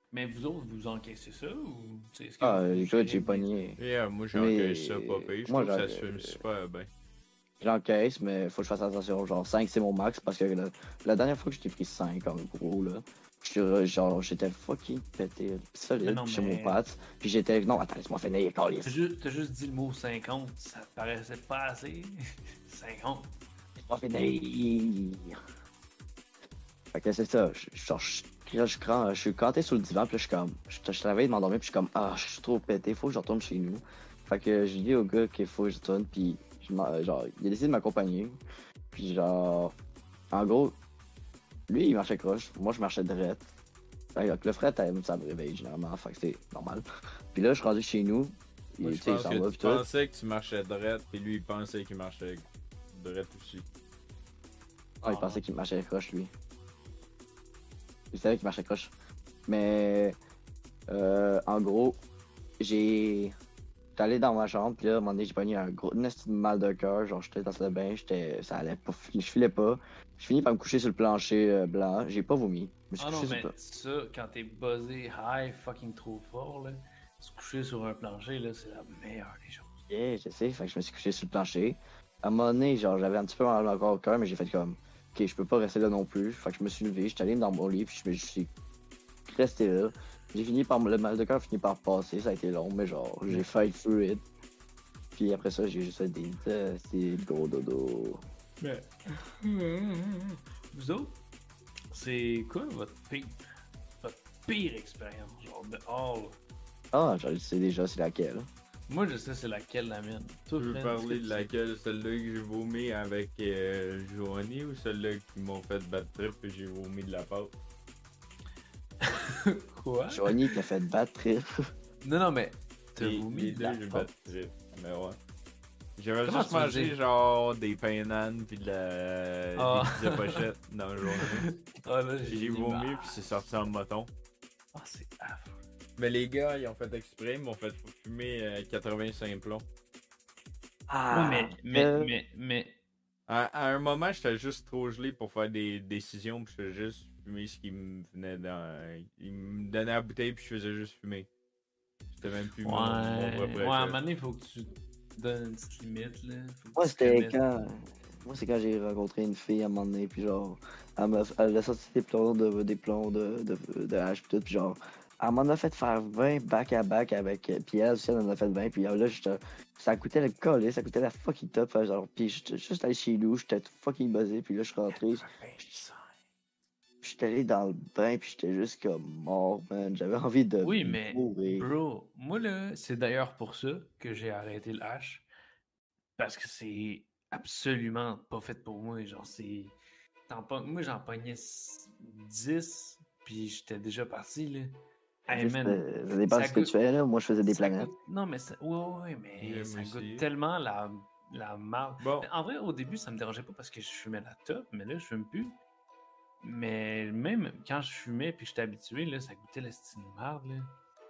Mais vous autres, vous encaissez ça ou tu sais, est-ce que Ah, vous écoute, j'ai gérez bien pogné. Et euh, moi, j'ai Mais encaissé ça pas pire. Je moi, trouve que ça j'ai- se filme super bien. J'encaisse, mais faut que je fasse attention. Genre, cinq c'est mon max parce que la, la dernière fois que je t'ai pris cinq en gros, là, j'étais- genre, j'étais fucking pété, Mais solide non, chez mais- mon pat. Puis j'étais. Non, attends, laisse-moi finir, T'as Carlis. juste, t'as juste dit le mot cinquante, ça te paraissait pas assez? cinquante. Laisse-moi finir. Fait que c'est ça. Je, genre, je, là, je, cran- je suis canté sur le divan, puis là, je suis comme. Je, je travaille de m'endormir, puis je suis comme, ah, je suis trop pété, faut que je retourne chez nous. Fait que je dis au gars qu'il faut que je retourne, puis je m'en- genre, il a décidé de m'accompagner. Puis genre, en gros, lui, il marchait croche, moi, je marchais drette. Fait que le fret, ça me réveille généralement, fait que c'est normal. Puis là, je suis rendu chez nous, Moi, et je tu sais, il pense s'en que va, tu puis tout. pensais que tu marchais droite, puis lui, il pensait qu'il marchait droite aussi. Ah, il Ah. pensait qu'il marchait croche, lui. Il savait qu'il marchait croche. Mais, euh, en gros, j'ai. J'étais allé dans ma chambre, puis là, à un moment donné, j'ai pogné un gros un esti de mal de cœur. Genre, j'étais dans le bain, j'étais. Ça allait pas. Je filais pas. Je finis par me coucher sur le plancher euh, blanc. J'ai pas vomi. Je me suis Ah non, couché sur mais le plancher. ça, quand t'es buzzé high, fucking trop fort, là, se coucher sur un plancher, là, c'est la meilleure des choses. Yeah, je sais. Fait que je me suis couché sur le plancher. À un moment donné, genre, j'avais un petit peu mal encore au cœur, mais j'ai fait comme. Ok, je peux pas rester là non plus. Fait que je me suis levé, j'étais allé dans mon lit, puis je me suis resté là. J'ai fini par. Le mal de cœur a fini par passer. Ça a été long, mais genre, j'ai fight through it. Puis après ça, j'ai juste fait des. euh, C'est gros dodo. Mais. Vous autres, c'est quoi votre pire, votre pire expérience, genre dehors, là? Ah, je le sais déjà, c'est laquelle. Moi, je sais c'est laquelle la mienne. Tu Toi, veux Flynn, parler est-ce de que tu laquelle? Celle-là que j'ai vomi avec euh, Joanie ou celle-là qui m'ont fait battre trip et j'ai vomi de la pâte? sais? Quoi? Joanie qui a fait battre trip. Non, non, mais t'as Les, vomi les de deux, la j'ai pâte. battu trip. Mais ouais. J'avais Comment juste tu veux mangé dire? genre des pains nan pis de la... Ah. des pizzas pochettes dans la journée. Ah là, J'ai j'ai vomi mal. puis c'est sorti en moton. Ah, c'est affreux. Mais les gars, ils ont fait exprès, ils m'ont fait fumer euh, quatre-vingt-cinq plombs. Ah, Ouais, mais, mais, euh, mais, mais, À, à un moment, j'étais juste trop gelé pour faire des décisions, puis je faisais juste fumer ce qui me venait dans. Il me donnait la bouteille, puis je faisais juste fumer. C'était même plus ouais, mon, mon vrai ouais, à un préféré. moment donné, il faut que tu te donnes une petite limite, là. Faut que moi, tu te c'était connaisses. quand. Moi, c'est quand j'ai rencontré une fille à un moment donné, puis genre, elle m'a elle a sorti des plombs de, des plombs de, de, de hache, puis tout, puis genre, elle m'en a fait faire vingt back à back avec. Puis elle aussi, elle en a fait vingt, puis là, j'étais. Ça coûtait le collet, ça coûtait la fucking top, hein, genre, puis j'étais juste allé chez nous, j'étais tout fucking buzzé, puis là, je suis rentré, j'étais allé dans le bain, puis j'étais juste comme mort, man. J'avais envie de Oui, mais, mourir. bro, moi, là, c'est d'ailleurs pour ça que j'ai arrêté le hash. Parce que c'est absolument pas fait pour moi. Genre, c'est. t'en pognes- Moi, j'en pognais s- dix, puis j'étais déjà parti, là. Hey, Juste, man, euh, ça dépend de ça ce que goûte- tu fais, là. Moi, je faisais des ça planètes. goûte- Non, mais ça... ouais, ouais, ouais, mais Yeah, ça moi goûte aussi. tellement la, la marde. Bon, En vrai, au début, ça me dérangeait pas parce que je fumais la top, mais là, je fume plus. Mais même quand je fumais puis que j'étais habitué, là, ça goûtait la style de marde, là.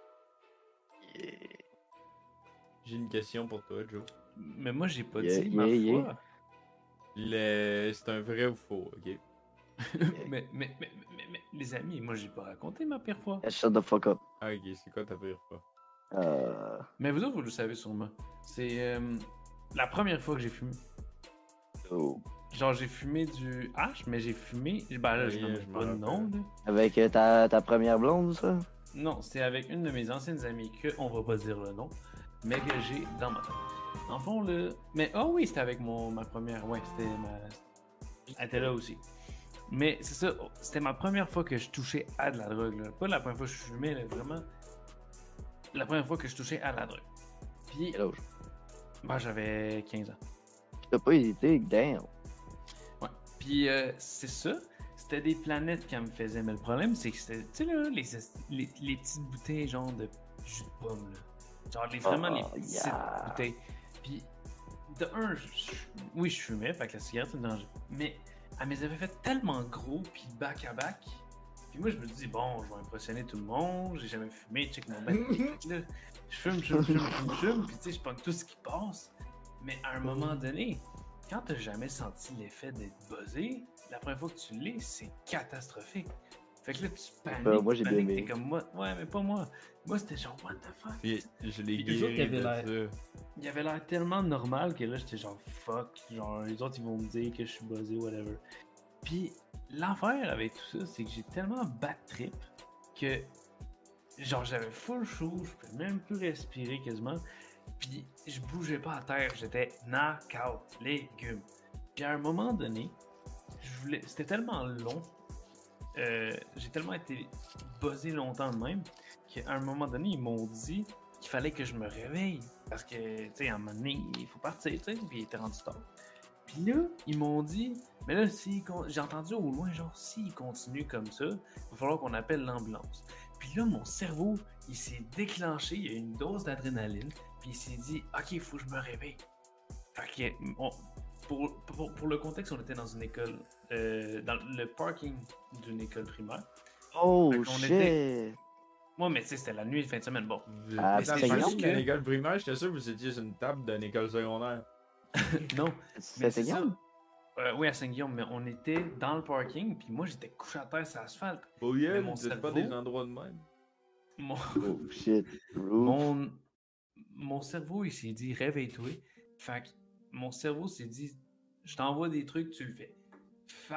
j'ai une question pour toi, Joe. Mais moi, j'ai pas Yeah, dit ma yeah, yeah. foi. Le... C'est un vrai ou faux, ok? mais, mais, mais, mais, mais, les amis, moi, j'ai pas raconté ma pire fois. Yeah, shut the fuck up. Ah, ok, c'est quoi ta pire fois? Euh... Mais vous autres, vous le savez sûrement. C'est euh, la première fois que j'ai fumé. oh. Genre, j'ai fumé du hash, mais j'ai fumé. Ben là, je Oui, nomme je me pas de nom, rappelle. là. Avec euh, ta, ta première blonde, ça? Non, c'était avec une de mes anciennes amies que, on va pas dire le nom, mais que j'ai dans ma tête. En fond, là. Mais, oh oui, c'était avec mon, ma première. Ouais, c'était ma. Elle était là aussi. Mais c'est ça, c'était ma première fois que je touchais à de la drogue, là. Pas la première fois que je fumais, là, vraiment. La première fois que je touchais à la drogue. Puis, Quel âge? ben, j'avais quinze ans. T'as pas hésité, damn. Ouais. Puis euh, c'est ça. C'était des planètes qui me faisaient. Mais le problème, c'est que c'était, tu sais, là, les, les, les petites bouteilles, genre de jus de pomme, là. Genre, les, vraiment Oh, les petites yeah. bouteilles. Puis, de un, je- je- oui, je fumais, fait que la cigarette, c'est le danger. Mais, elle me les avait fait tellement gros, puis back à back. Puis moi, je me dis, bon, je vais impressionner tout le monde. J'ai jamais fumé, check mon ben. Là, je fume, je fume, je fume, je fume, je fume. Puis, tu sais, je pogne tout ce qui passe. Mais à un moment donné, quand t'as jamais senti l'effet d'être buzzé, la première fois que tu l'es, c'est catastrophique. Fait Fait que là, tu paniques, Euh, moi, tu j'ai bien paniques, t'es aimé. comme moi. Ouais, mais pas moi. Moi, c'était genre, what the fuck? Puis je l'ai Puis eux autres, guéri ils de avaient ça. Il avait l'air tellement normal que là, j'étais genre, fuck. Genre, les autres, ils vont me dire que je suis buzzé, whatever. Puis l'affaire avec tout ça, c'est que j'ai tellement bad trip que, genre, j'avais full chaud, je pouvais même plus respirer quasiment. Puis je bougeais pas à terre, j'étais knock-out, légumes. Puis à un moment donné, je voulais, c'était tellement long, euh, j'ai tellement été buzzé longtemps de même, qu'à un moment donné, ils m'ont dit qu'il fallait que je me réveille. Parce que, tu sais, à un moment donné, il faut partir, tu sais, puis il était rendu tard. Puis là, ils m'ont dit, mais là, si j'ai entendu au loin, genre, s'il continue comme ça, il va falloir qu'on appelle l'ambulance. Puis là, mon cerveau, il s'est déclenché, il y a eu une dose d'adrénaline, puis il s'est dit, ok, il faut que je me réveille. Fait que, on- pour, pour, pour le contexte, on était dans une école, euh, dans le parking d'une école primaire. Oh Fait qu'on shit! était- Moi, mais tu sais, c'était la nuit, fin de semaine, bon. Vous Ah, étiez c'est dans le juste parking que- d'une école primaire, j'étais sûr que vous étiez sur une table d'une école secondaire. Non, C'est mais c'est ça. Saint-Guillaume? Euh, oui, à Saint-Guillaume, mais on était dans le parking, puis moi, j'étais couché à terre sur l'asphalte. Oh yeah, Mais mon vous êtes pas cerveau- des endroits de même. Mon... Oh shit. Roof. Mon, mon cerveau, il s'est dit réveille-toi. Fait que mon cerveau s'est dit je t'envoie des trucs, tu le fais. Fait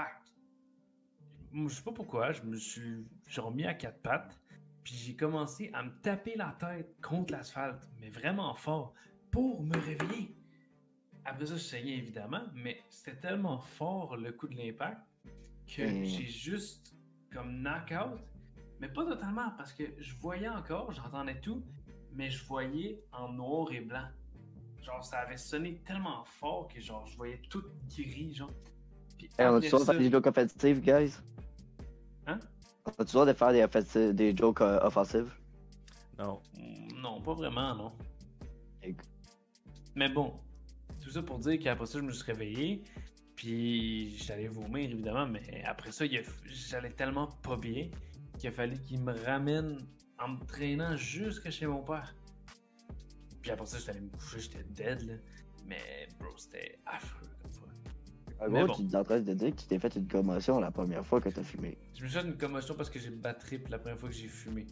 que, je sais pas pourquoi, je me suis j'ai remis à quatre pattes, puis j'ai commencé à me taper la tête contre l'asphalte, mais vraiment fort, pour me réveiller. Après ça, je saignais évidemment, mais c'était tellement fort le coup de l'impact que Mm. j'ai juste comme knock-out. Mais pas totalement, parce que je voyais encore, j'entendais tout, mais je voyais en noir et blanc. Genre, ça avait sonné tellement fort que genre, je voyais tout gris, genre. Puis Hey, on a après toujours ça- fait des jokes offensifs, guys? Hein? On a toujours de faire des, offensi- des jokes euh, offensifs? Non. Mm, Non, pas vraiment, non. Et- Mais bon, tout ça pour dire qu'après ça, je me suis réveillé, puis j'allais vomir, évidemment, mais après ça, il a- j'allais tellement pas bien qu'il a fallu qu'il me ramène en me traînant jusqu'à chez mon père. Puis après ça, j'étais allé me coucher, j'étais dead, là. Mais, bro, c'était affreux comme fois. En Mais gros, bon. tu es en train de dire que tu t'es fait une commotion la première fois que t'as fumé. Je me suis fait une commotion parce que j'ai battu la première fois que j'ai fumé.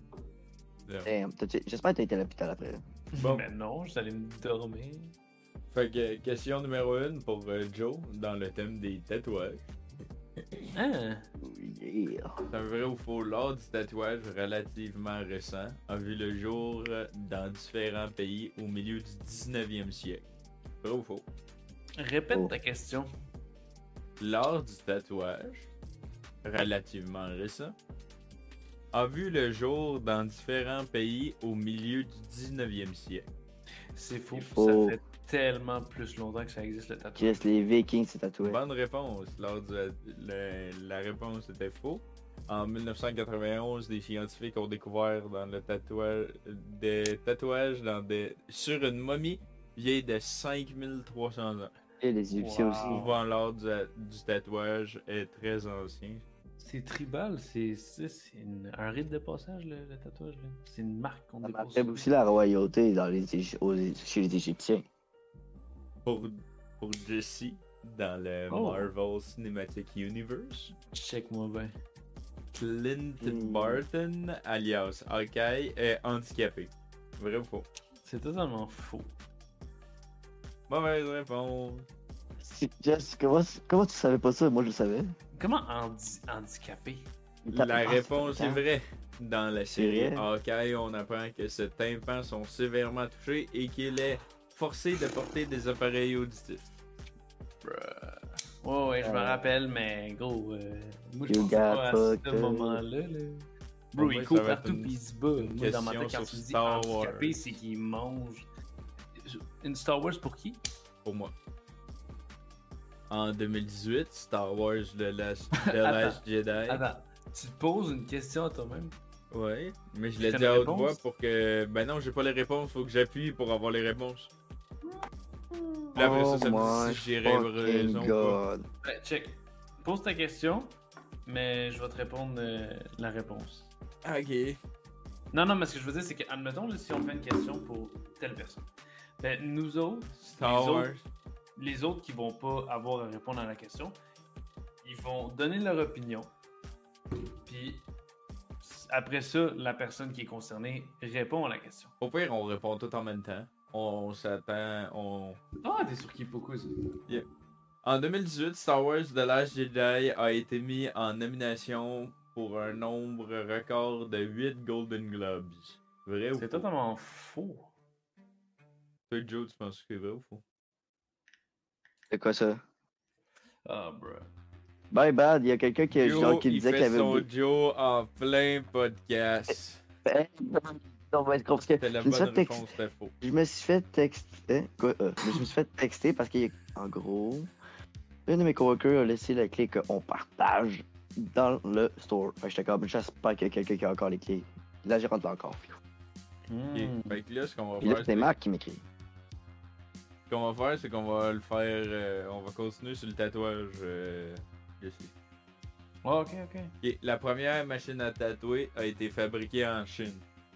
Damn. T'as-tu- J'espère que t'as été à l'hôpital après. Bon. Mais non, j'étais allé me dormir. Fait que question numéro une pour euh, Joe dans le thème des tatouages. Hein? Oh, yeah. C'est un vrai ou faux, l'art du tatouage relativement récent a vu le jour euh, dans différents pays au milieu du dix-neuvième siècle. Vrai ou faux? Répète Oh. ta question. L'art du tatouage, relativement récent, a vu le jour dans différents pays au milieu du dix-neuvième siècle. C'est faux. C'est faux. Ça fait tellement plus longtemps que ça existe le tatouage. Yes, les Vikings s'est tatoué. Bonne réponse. Lors du, le- la réponse était faux. En mille neuf cent quatre-vingt-onze, des scientifiques ont découvert dans le tatouage des tatouages dans des, sur une momie vieille de cinq mille trois cents ans. Et les Égyptiens Wow. aussi. Souvent, l'art du, du tatouage est très ancien. C'est tribal, c'est c'est- c'est une- un rite de passage, le, le tatouage. là. C'est une marque qu'on Ça dépose. m'appelle aussi la royauté dans les, Égy- aux- chez les Égyptiens. Pour, pour Jesse, dans le Oh. Marvel Cinematic Universe, Check-moi bien. Clint Hmm. Barton, alias Hawkeye, est handicapé. Vrai ou faux? C'est totalement faux. Mauvaise réponse. Si- Jess, comment, comment tu savais pas ça? Moi, je le savais. Comment handi- handicapé? Il tape- La Ah, réponse c'est est vraie. Dans la série vrai? Hawkeye, on apprend que ses tympans sont sévèrement touchés et qu'il est forcé de porter des appareils auditifs. Ouais, ouais, je me Euh, rappelle, mais gros, euh, moi je You pense pas à got ce fucked. moment-là. Là. Bro, Pour il moi, court ça va être partout une- pis il se bat. une Moi, dans ma question tête, quand sur tu me dis Star handicapé, Wars. c'est qu'il mange. Une Star Wars pour qui? Pour moi. En deux mille dix-huit, Star Wars The Last, The Last Jedi. Attends, tu te poses une question à toi-même? Ouais, mais je Tu l'ai as dit une à haute réponse? voix pour que. Ben non, j'ai pas les réponses, faut que j'appuie pour avoir les réponses. Puis après ça, ça Oh me my dit si j'ai raison fucking ou pas. God. Ouais, check. Pose ta question, mais je vais te répondre euh, la réponse. Ok. Non, non, mais ce que je veux dire, c'est que, admettons, là, si on fait une question pour telle personne, ben, nous autres, Star les Wars. autres, les autres qui vont pas avoir à répondre à la question, ils vont donner leur opinion, puis après ça, la personne qui est concernée répond à la question. Au pire, on répond tout en même temps. On s'attend, on... Ah, t'es sur Keep Quiz. Yeah. En deux mille dix-huit, Star Wars The Last Jedi a été mis en nomination pour un nombre record de huit Golden Globes. Vrai ou C'est faux? totalement faux. Toi, Joe, tu penses que c'est vrai ou faux? C'est quoi ça? Ah, bro. Bye bad, il y a quelqu'un qui, Joe, genre, qui il disait fait qu'il avait. son Joe en plein podcast. Non, mais c'est compliqué. C'était la Je me suis bonne fait tex- réponse, c'était faux. Je me suis fait texter. Quoi? euh, je me suis fait texter parce qu'en gros, un de mes coworkers a laissé la clé qu'on partage dans le store. Fait que j'étais comme, j'espère qu'il y a quelqu'un qui a encore les clés. Là, j'ai rentré encore. Ok. Fait que là, ce qu'on va Puis là, faire, c'est c'est... Marc qui m'écrit. Ce qu'on va faire, c'est qu'on va le faire... euh, on va continuer sur le tatouage euh, ici. Ah, ok, ok. Ok. La première machine à tatouer a été fabriquée en Chine.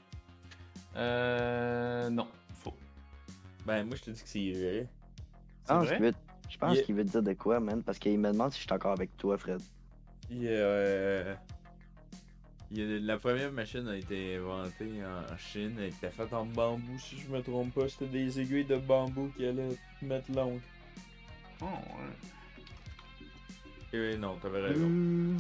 Euh. Non, faux. Ben, moi, je te dis que c'est vrai. C'est Ah, vrai? je, veux- je pense Yeah. qu'il veut dire de quoi, man. Parce qu'il me demande si je suis encore avec toi, Fred. Puis, euh, il y a- la première machine a été inventée en Chine. Elle était faite en bambou, si je me trompe pas. C'était des aiguilles de bambou qui allaient mettre l'ongle. Oh, ouais. Eh non, t'avais raison. Hmm.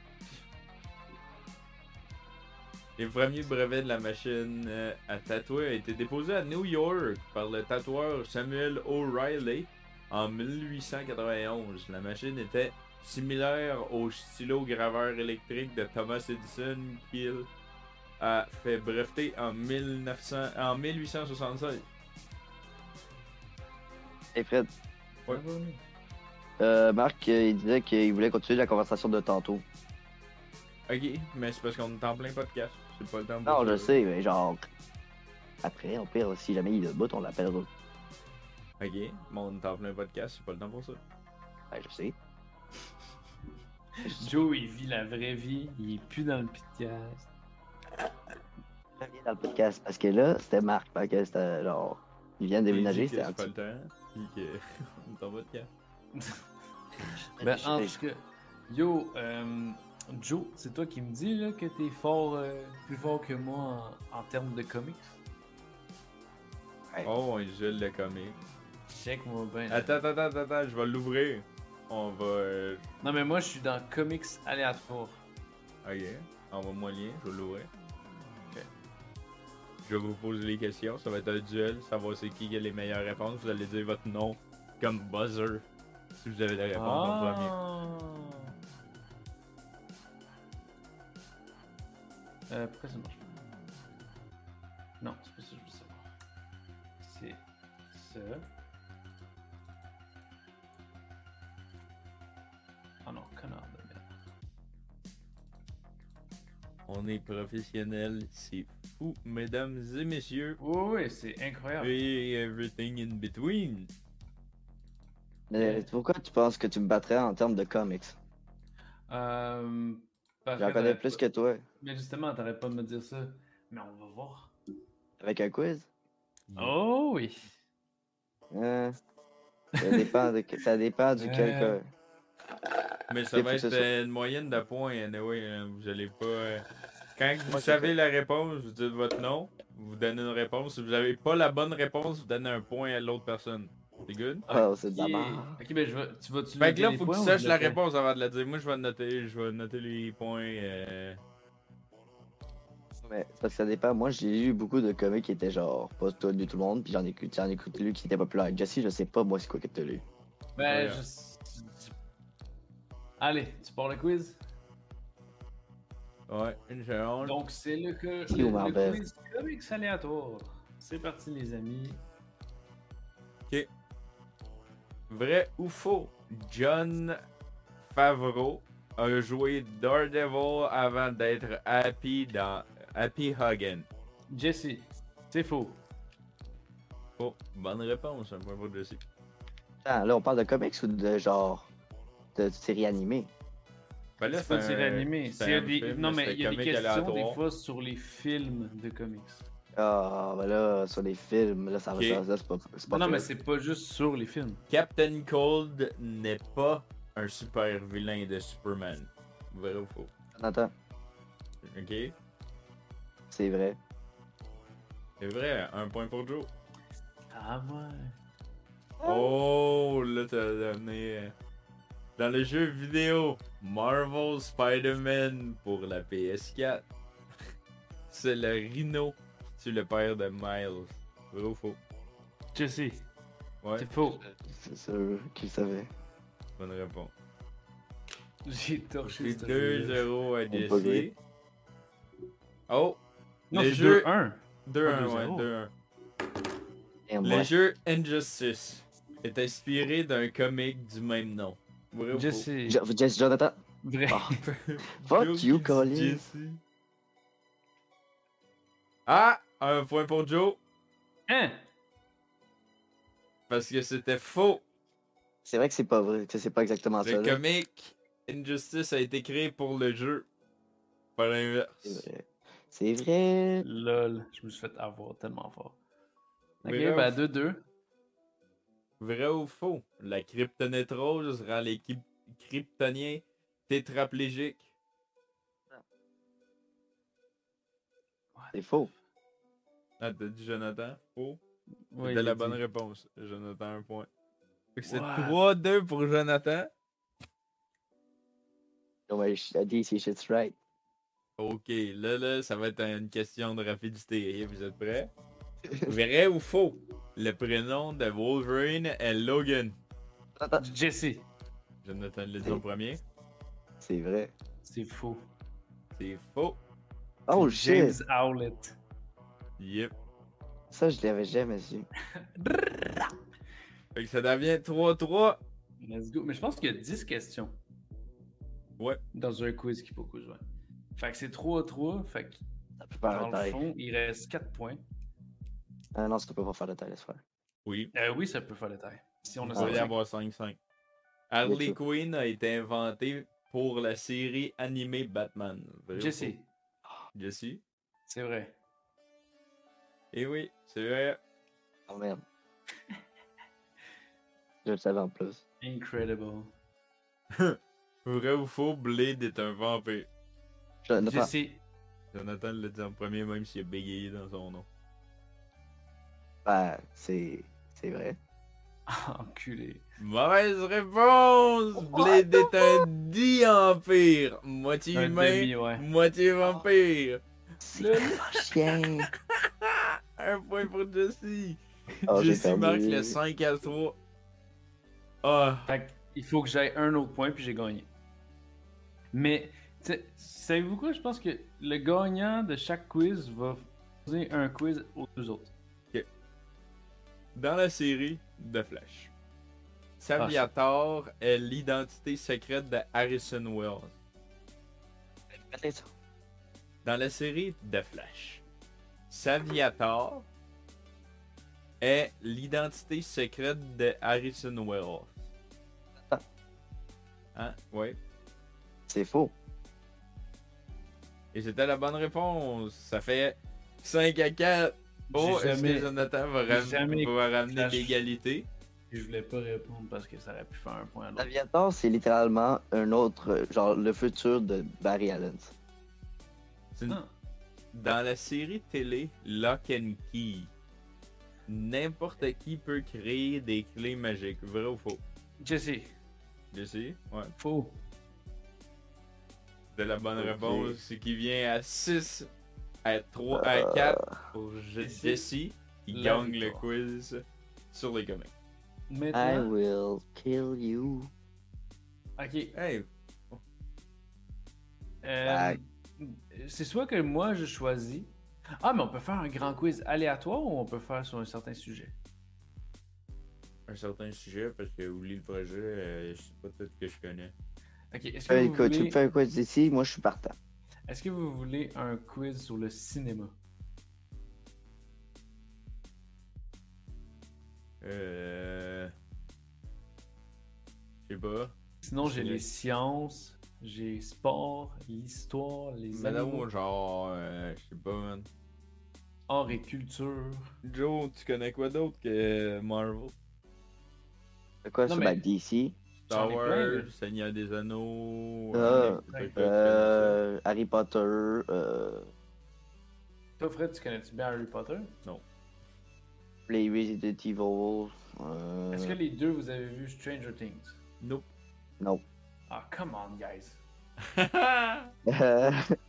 Les premiers brevets de la machine euh, à tatouer ont été déposés à New York par le tatoueur Samuel O'Reilly en mille huit cent quatre-vingt-onze. La machine était similaire au stylo graveur électrique de Thomas Edison qu'il a fait breveter en, mille neuf cents en mille huit cent soixante-seize. Hey, Fred. Ouais. Euh, Marc, euh, il disait qu'il voulait continuer la conversation de tantôt. Ok, mais c'est parce qu'on est en plein podcast. C'est pas le temps de Non, ça. je sais, mais genre. Après, au pire, si jamais il est debout, on l'appellera. Ok, mais on est en plein podcast, c'est pas le temps pour ça. Ouais, je sais. Joe, il vit la vraie vie, il est plus dans le podcast. Je reviens dans le podcast parce que là, c'était Marc. Fait que c'était genre. Il vient de déménager, J'ai dit que c'était c'est pas anti. le temps, puis que on est en podcast. Ben, en tout cas, yo, euh, Joe, c'est toi qui me dis là, que t'es fort, euh, plus fort que moi en, en termes de comics. Ouais. Oh, un Jules le comique. Check-moi bien. Attends, attends, attends, attends, je vais l'ouvrir. On va. Euh... Non, mais moi, je suis dans comics aléatoires. Ok, envoie-moi le lien, je vais l'ouvrir. Ok. Je vais vous poser les questions, ça va être un duel, savoir c'est qui qui a les meilleures réponses. Vous allez dire votre nom comme buzzer si vous avez la réponse en premier. Ah. Euh, pourquoi ça marche pas? Non, c'est pas ça que je veux savoir. C'est ça. Ah non, connard de merde. On est professionnel, c'est fou, mesdames et messieurs. Oui, oui, c'est incroyable. Et everything in between. Mais pourquoi tu penses que tu me battrais en termes de comics? Euh, parce J'en que connais t'arrêtes plus pas- que toi. Mais justement, t'arrêtes pas de me dire ça. Mais on va voir. Avec un quiz? Oh oui. Hein? Ça dépend, de... ça dépend du Euh. quelqu'un. Mais ça C'est va pour que être ce soit- euh, une moyenne de points, anyway. Hein. Vous allez pas. euh, Quand vous Moi, c'est savez la réponse, vous dites votre nom, vous donnez une réponse. Si vous avez pas la bonne réponse, vous donnez un point à l'autre personne. C'est good? Oh, c'est de la Ok. merde. Ok, ben je vais. Tu vas-tu Fait noter que là, les faut que points tu ou saches je la le fais? réponse avant de la dire. Moi, je vais noter, je vais noter les points. Euh... Mais c'est parce que ça dépend. Moi, j'ai eu beaucoup de comics qui étaient genre pas tout lu tout le monde, puis j'en ai écouté, j'en ai écouté lu qui était populaire. Jesse, je sais pas moi c'est quoi que t'as lu. Ben, Ouais. je. Allez, tu pars le quiz? Ouais, une seconde. Donc, c'est le, que, Si, le, au le Marvel. quiz comics aléatoire. C'est parti, les amis. Ok. Vrai ou faux? John Favreau a joué Daredevil avant d'être Happy dans Happy Hogan. Jesse, c'est faux. Oh, bonne réponse, un point pour Jesse. Attends, là, on parle de comics ou de genre. de séries animées? Ben là, C'est pas de série un- animée. c'est C'est un des... film, Non, mais c'est il y a des comique questions aléatoire. des fois sur les films de comics. Ah, ben là, sur les films, là, ça va, Ok. ça, ça, c'est pas, c'est pas Non, mais fait. c'est pas juste sur les films. Captain Cold n'est pas un super vilain de Superman. Vrai ou faux? Attends, Ok. C'est vrai. C'est vrai, un point pour Joe. Ah ouais. Oh, là, t'as amené. euh, Dans le jeu vidéo Marvel Spider-Man pour la P S quatre, c'est le Rhino. C'est le père de Miles. Vrai ou faux? Jesse, Ouais, c'est faux. C'est sûr qu'il savait. bonne réponse. J'ai torché C'est ce deux jeu-là. zéro à On peut jouer. Jesse. Oh, Non, les c'est jeux- deux un. deux Pas un, deux ouais, zéro. deux un. Et Le moi, jeu Injustice est inspiré d'un comic du même nom. Vrai ou faux? Jesse. Jo- Jess Jonathan. Vrai. Ah, Joe fuck qui you, dit Colin. Jesse. Ah! Un point pour Joe. Hein? Parce que c'était faux. C'est vrai que c'est pas vrai. que C'est pas exactement Le ça. Là. comic Injustice a été créé pour le jeu. Pas C'est l'inverse. vrai. C'est vrai. Lol, je me suis fait avoir tellement fort. Ok, Vrai ou ben faux? deux deux. Vrai ou faux? La kryptonite rose rend les ki- kryptoniens tétraplégiques. C'est faux. Ah, t'as dit Jonathan? Faux? Oui, C'était la j'ai bonne dit. réponse. Jonathan, un point. Fait que C'est What? trois deux pour Jonathan. Non, mais je I dit, c'est shit's right. Ok, là, là, ça va être une question de rapidité. Vous êtes prêts? Vrai ou faux? Le prénom de Wolverine est Logan. Attends, Jesse. Jonathan l'a dit en premier. c'est vrai. C'est faux. C'est faux. Oh C'est James shit. Howlett. Yep. Ça, je l'avais jamais su. Fait que ça devient trois trois. Let's go. Mais je pense qu'il y a dix questions Ouais. dans un quiz qui peut jouer. Fait que c'est trois à trois. Fait que Ça peut faire dans de le taille. fond, il reste quatre points. Ah non, ça peut pas faire de taille, laisse faire. Oui. Euh, oui, ça peut faire le taille. Si on a Il Ah, va y cinq. avoir cinq cinq. Harley tout. Quinn a été inventée pour la série animée Batman. Vrai ou Jesse. faux? Jesse. C'est vrai. Eh oui, c'est vrai. Oh merde. Je le savais en plus. Incredible. Vrai ou faux, Blade est un vampire. Jonathan. Jesse. Jonathan l'a dit en premier, même s'il a bégayé dans son nom. Ben, c'est. C'est vrai. Enculé. Mauvaise réponse! Blade est un di-empire. Moitié Un humain, demi, ouais. moitié vampire. C'est pas chien. Un point pour Jesse. Oh, j'ai Jesse perdu. marque le cinq à trois. Ah, Fait il faut que j'aille un autre point puis j'ai gagné. Mais, t'sais, savez-vous quoi? Je pense que le gagnant de chaque quiz va poser un quiz aux deux autres. dans la série de Flash, Saviator est l'identité secrète de Harrison Wells. Répétez ça. Dans la série de Flash, Saviator est l'identité secrète de Harrison Wells. Ah. Hein? Oui. C'est faux. Et c'était la bonne réponse. Ça fait cinq à quatre. Oh, J'ai est-ce jamais- que Jonathan va, ram- jamais va ramener Flash. l'égalité? Je voulais pas répondre parce que ça aurait pu faire un point à l'autre. Aviator, c'est littéralement un autre. euh, Genre, le futur de Barry Allen. C'est une- Ah. Dans la série télé Lock and Key, n'importe qui peut créer des clés magiques. Vrai ou faux? Jesse. Jesse? Ouais. Faux. De la bonne Ok. réponse, c'est qu'il vient à six, à trois, à quatre pour Je- Jesse. Jesse. Il La gagne le victoire. quiz sur les comics. I Maintenant. will kill you. Ok. Hey, euh, c'est soit que moi je choisis. Ah, mais on peut faire un grand quiz aléatoire ou on peut faire sur un certain sujet? un certain sujet, parce que oublie le projet, euh, je sais pas tout ce que je connais. Ok. Est-ce que, Euh, vous écoute, tu voulez... me fais un quiz d'ici, moi je suis partant. Est-ce que vous voulez un quiz sur le cinéma? Euh. Je sais pas. Sinon, j'ai C'est- les sciences, j'ai sport, l'histoire, les Madame, animaux, genre, euh, je sais pas, man. art et culture. Joe, tu connais quoi d'autre que Marvel? C'est quoi Non, sur mais- ma D C? Star J'en ai Wars, plein, là. Seigneur des Anneaux. Ah, euh, peut-être que tu connais Euh, Harry Potter. Euh... Toi, Fred, tu connais-tu bien Harry Potter? Les Resident Evil. Euh... Est-ce que les deux, vous avez vu Stranger Things? Nope. Non. Ah, come on, guys. Euh,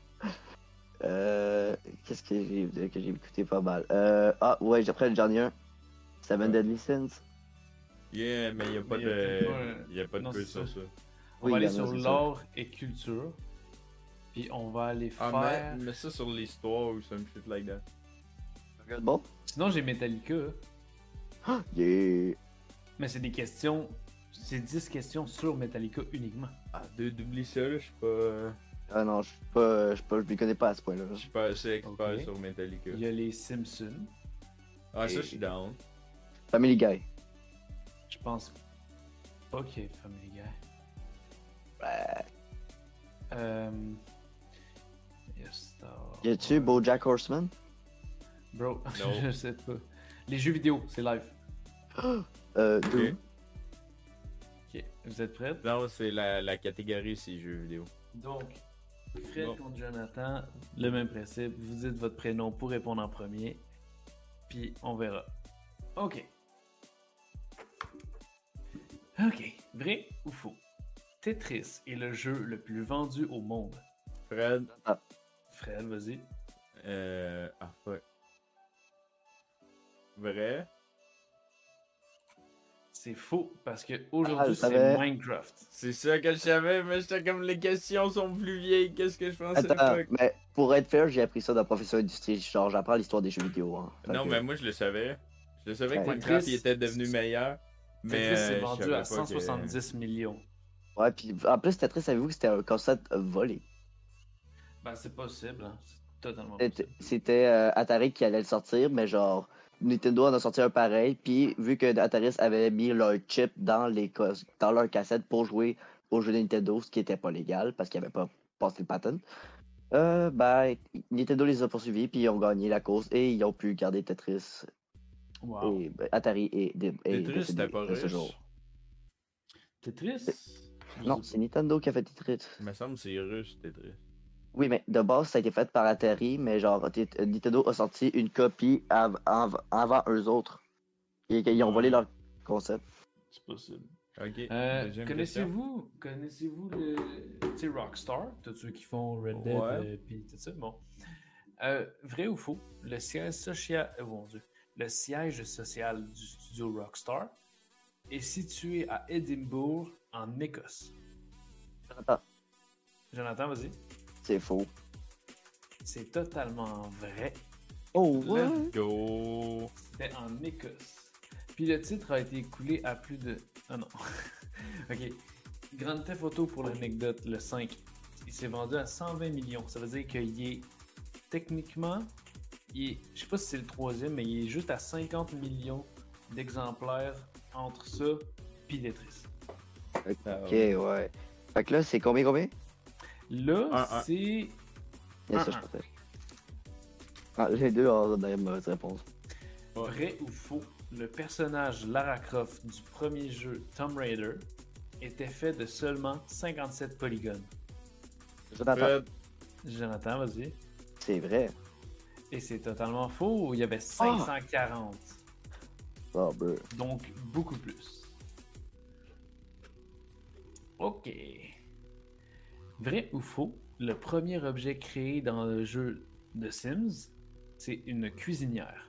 euh, Qu'est-ce que j'ai que j'ai écouté pas mal? Euh... Ah ouais, après j'en ai un. Seven Ouais. Deadly Sins. Yeah, mais il n'y a pas Mais y a de. peut-être pas un- Il y a pas de non, quiz c'est sur ça. ça. On Oui, va aller y en a, sur c'est ça. l'art et culture. Puis on va aller Ah, faire. mais, mais ça sur l'histoire ou some shit like that. Dragon Ball? Sinon, j'ai Metallica. Yeah. Mais c'est des questions. C'est dix questions sur Metallica uniquement. Ah, de- d'oublie ça, là, je suis pas. euh, Ah non, je suis pas, je suis pas, je m'y connais pas à ce point-là. Je suis pas assez expert Ok. sur Metallica. Il y a les Simpsons. Ah, ça, je suis down. Family Guy. Je pense pas qu'il y ait Family Guy. Ouais. Euh... il y a Star Y a-tu Wars. BoJack Horseman? Bro, Non. je sais pas. Les jeux vidéo, c'est live. Euh, Ok. Doom. Ok, vous êtes prêts? Non, c'est la, la catégorie, c'est jeux vidéo. Donc, Fred Bon. contre Jonathan, le même principe. Vous dites votre prénom pour répondre en premier. Puis on verra. Ok. Ok. Vrai ou faux? Tetris est le jeu le plus vendu au monde. Fred. Fred, vas-y. Euh. Ah, fuck. Vrai. C'est faux parce que Ah, je aujourd'hui c'est savais. Minecraft. C'est ça que je savais, mais j'étais comme les questions sont plus vieilles. Qu'est-ce que je pensais? Attends, Fuck. mais pour être fair, j'ai appris ça dans professeur d'industrie. Genre, j'apprends l'histoire des jeux vidéo. Hein. Fait Non, que- mais moi, je le savais. Je le savais que Ouais. Minecraft Tetris- il était devenu meilleur. Mais Tetris euh, est je vendu savais à pas que- cent soixante-dix millions. Ouais, puis en plus, Tetris, savez-vous que c'était un concept volé? Ben c'est possible, hein. C'est totalement C'était possible. c'était, euh, Atari qui allait le sortir, mais genre, Nintendo en a sorti un pareil. Puis vu que Atari avait mis leur chip dans, les cos- dans leur cassette pour jouer aux jeux de Nintendo, ce qui était pas légal parce qu'ils n'avaient pas passé le patent, euh, ben, Nintendo les a poursuivis, puis ils ont gagné la course et ils ont pu garder Tetris. Wow. Et ben, Atari et, et, et Tetris, décédé c'était pas de ce russe. jour. Tetris? Non, c'est Nintendo qui a fait Tetris. Il me semble que c'est russe, Tetris. Oui, mais de base, ça a été fait par Atari, mais genre, T- Nintendo a sorti une copie av- av- avant eux autres. Ils, ils ont volé Ouais. leur concept. C'est possible. Ok. Euh, deuxième question. connaissez-vous, connaissez-vous le, tu sais, Rockstar, tous ceux qui font Red Dead, Ouais. euh, puis tout ça, bon. Euh, vrai ou faux, le siège social, euh, mon Dieu, le siège social du studio Rockstar est situé à Édimbourg, en Écosse. Attends, Jonathan, vas-y. c'est faux. C'est totalement vrai. Oh, ouais. Let's go. C'était en Écosse. Puis le titre a été écoulé à plus de... Ah non. Ok. Grand Theft Auto, pour l'anecdote, le cinq, il s'est vendu à cent vingt millions. Ça veut dire qu'il est... Techniquement, il est... je sais pas si c'est le troisième, mais il est juste à cinquante millions d'exemplaires entre ça puis Tetris. Ok, ouais. Fait que là, c'est combien, combien? Là, Un, un. c'est... Yes, Un, ça, je un. pensais. Ah, les deux ont la mauvaise réponse. Vrai ou faux, le personnage Lara Croft du premier jeu Tomb Raider était fait de seulement cinquante-sept polygones. Jonathan, Fred. Jonathan, vas-y. c'est vrai. Et c'est totalement faux, il y avait cinq cent quarante. Oh, ben. Donc, beaucoup plus. Ok. Vrai ou faux, le premier objet créé dans le jeu de Sims, c'est une cuisinière.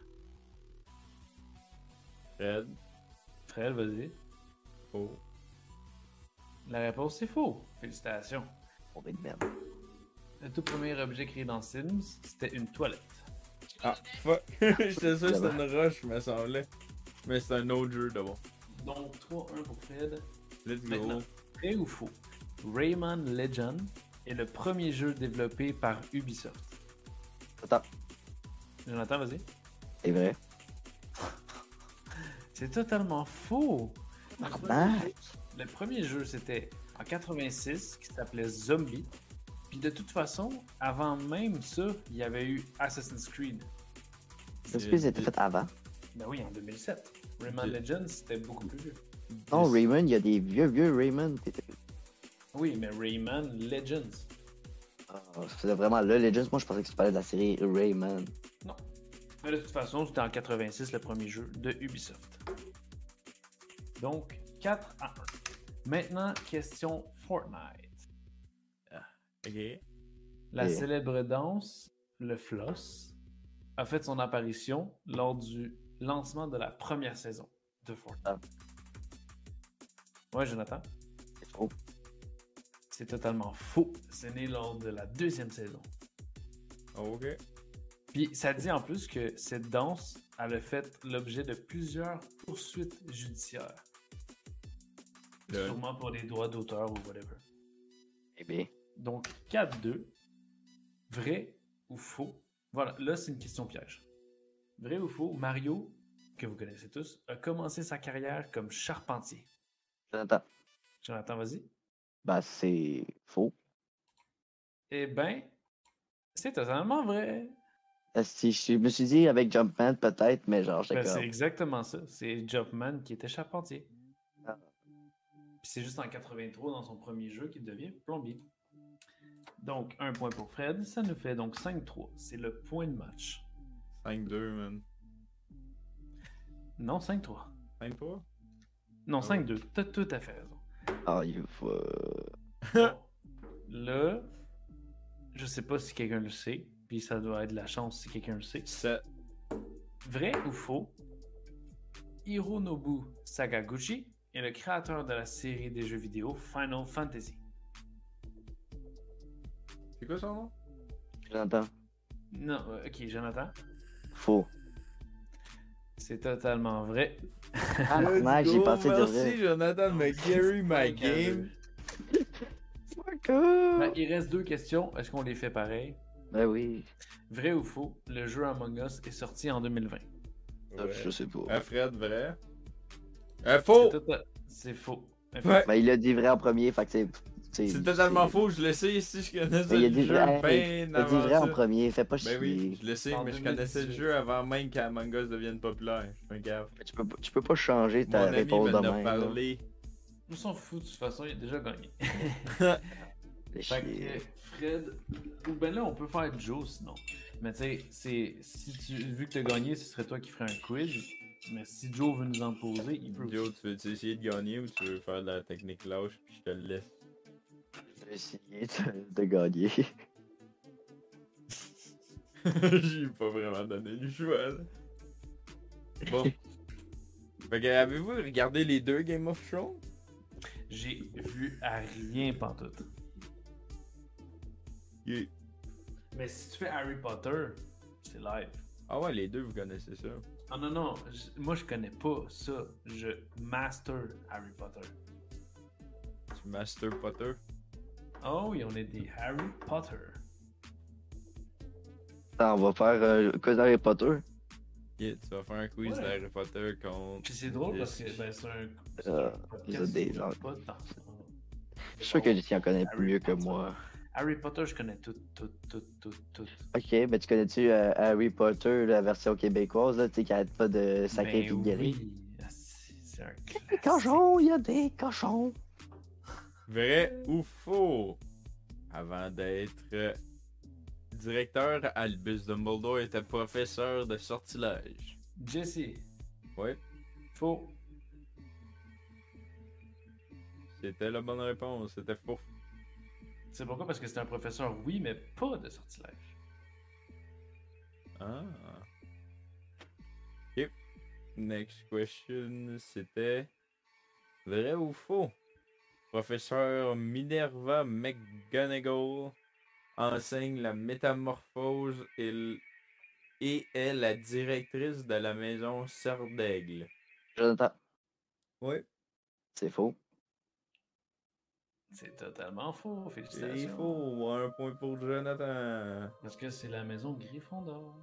Fred. Fred, vas-y. Oh. La réponse, c'est faux. Félicitations. On va être merde. Le tout premier objet créé dans Sims, c'était une toilette. Ah, fuck. J'étais sûr que c'était une roche, me semblait. Mais c'est un autre jeu d'abord. Donc, trois un pour Fred. Let's go. Maintenant. Vrai ou faux? Rayman Legend est le premier jeu développé par Ubisoft. Attends, Jonathan, vas-y. c'est vrai. C'est totalement faux. Tabarnak. Le premier jeu, c'était en quatre-vingt-six, qui s'appelait Zombie. Puis de toute façon, avant même ça, il y avait eu Assassin's Creed. Est-ce que c'était fait avant? Ben oui, en deux mille sept. Rayman J'ai- Legends, c'était beaucoup plus vieux. Non, Rayman, il y a des vieux, vieux Rayman. T'étais- Oui, mais Rayman Legends. Ah, c'était vraiment le Legends. Moi, je pensais que tu parlais de la série Rayman. Non. Mais de toute façon, c'était en quatre-vingt-six le premier jeu de Ubisoft. Donc, quatre à un. Maintenant, question Fortnite. Ok. La Et- célèbre danse, le floss, a fait son apparition lors du lancement de la première saison de Fortnite. Ah. Ouais, Jonathan? C'est faux. C'est totalement faux. C'est né lors de la deuxième saison. Ok. Puis ça dit en plus que cette danse, elle a fait l'objet de plusieurs poursuites judiciaires. Le- Sûrement pour des droits d'auteur ou whatever. Eh bien, Donc, quatre deux. Vrai ou faux? Voilà, là, c'est une question piège. Vrai ou faux? Mario, que vous connaissez tous, a commencé sa carrière comme charpentier. Jonathan, Jonathan, vas-y. ben c'est faux. Eh ben, c'est totalement vrai. Si je me suis dit avec Jumpman peut-être, mais genre j'étais Ben, c'est comme. exactement ça. C'est Jumpman qui était charpentier. Ah. Puis c'est juste en quatre-vingt-trois, dans son premier jeu, qu'il devient plombier. Donc, un point pour Fred. Ça nous fait donc cinq trois. C'est le point de match. cinq deux, man. Non, cinq trois. cinq trois? Non, Ah cinq deux. T'as tout à fait raison. Ah, il faut. Bon, là, je sais pas si quelqu'un le sait, puis ça doit être de la chance si quelqu'un le sait. sept. Vrai ou faux? Hironobu Sakaguchi est le créateur de la série des jeux vidéo Final Fantasy. C'est quoi son nom? Jonathan, Non, euh, ok, Jonathan. faux. C'est totalement vrai. Ah, non, j'ai pensé de Merci, vrai. Jonathan, mais carry my cinq à game. Fuck Ben, off! il reste deux questions. Est-ce qu'on les fait pareil? Ben oui. Vrai ou faux? Le jeu Among Us est sorti en deux mille vingt. Ah, Je sais pas. Ah, Fred, vrai? Euh, faux! C'est tota- C'est faux. Ouais. Ben il a dit vrai en premier, fait que c'est. c'est- C'est totalement c'est- faux, je le sais ici, je connaissais Mais il a le dit jeu vrai, bien il a dit avant vrai en ça. premier, fais pas Ben oui, chier. je le sais, En mais je deux mille connaissais le dix-huit. jeu avant même qu'Among Us devienne populaire. Je suis un gaffe. Tu peux, pas- tu peux pas changer Mon ta ami réponse de m'en a même. là. parlé. On s'en fout de toute façon, il a déjà gagné. Fais Fait chier. que Fred, ou ben là on peut faire Joe sinon. Mais tu sais, c'est si tu vu que tu as gagné, ce serait toi qui ferais un quiz. Mais si Joe veut nous en poser, il peut. Joe, tu veux essayer de gagner ou tu veux faire de la technique lâche puis je te le laisse? Je vais essayer de, de gagner. J'ai pas vraiment donné le choix là. Bon. Fait que avez-vous regardé les deux Game of Thrones? J'ai vu à rien pantoute. Yeah. Mais si tu fais Harry Potter, c'est live. Ah ouais, les deux, vous connaissez ça. Ah non, non, je- moi je connais pas ça. Je master Harry Potter. Tu Master Potter. Oh oui, on est des Harry Potter. Attends, on va faire euh, quiz Harry Potter. Yeah, tu vas faire un quiz Ouais. d'Harry Potter contre. Puis c'est drôle parce que Yes. ben, c'est un, c'est Euh, un podcast vous êtes des sur gens. pas tant. Je suis sûr que tu en connais Harry mieux que Potter. moi. Harry Potter, je connais tout, tout, tout, tout, tout. Ok, ben tu connais-tu euh, Harry Potter, la version québécoise, là, tu sais, qui arrête pas de sacrer et Ben de guérir? oui, ah, c'est c'est un Des classique. cochons, il y a des cochons. Vrai ou faux? Avant d'être euh, directeur, Albus Dumbledore était professeur de sortilège. Jesse, Ouais, faux. c'était la bonne réponse, c'était faux. C'est pourquoi? Parce que c'est un professeur, oui, mais pas de sortilège. Ah. Ok. Next question, c'était vrai ou faux? Professeur Minerva McGonagall enseigne la métamorphose et, l- et est la directrice de la maison Serre d'Aigle. Jonathan, Oui, c'est faux. C'est totalement faux, c'est félicitations. faux. Un point pour Jonathan. Parce que c'est la maison Gryffondor.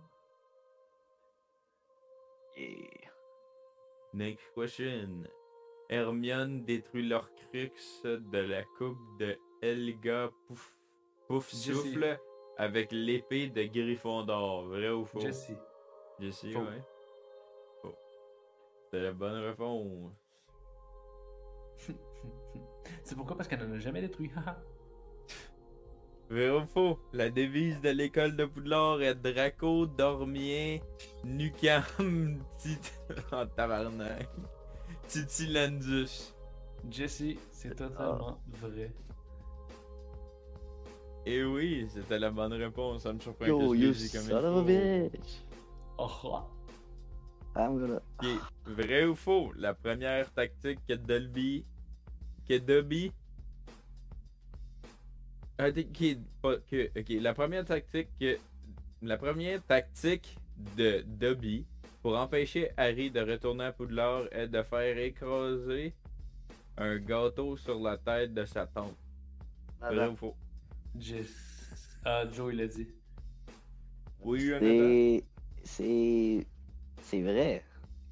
Yeah. Next question. Hermione détruit l'Orcrux de la coupe de Helga Pouf, Poufsouffle avec l'épée de Gryffondor. Vrai ou faux? Jesse. Jesse, Faux. ouais. Faux. C'est la bonne réponse. C'est pourquoi? Parce qu'elle n'en a jamais détruit. haha. Vrai ou faux? La devise de l'école de Poudlard est Draco, Dormien, Nucam, Tit... en tabarnak. Titilandus. Jesse, c'est totalement vrai. Et oui, c'était la bonne réponse. Ça me surprend Yo, que je you l'ai dit comme il son of a faut. bitch. Oh, ah. I'm gonna... Ok, vrai ou faux? La première tactique que Dolby... Que Dobby... Ah, t'es- qui- pas que... Ok, la première tactique que... La première tactique de Dobby pour empêcher Harry de retourner à Poudlard est de faire écraser un gâteau sur la tête de sa tante. Vrai Nada. ou faux? Jess. Ah, Joe, il a dit. Oui, Jonathan? C'est... C'est... C'est vrai.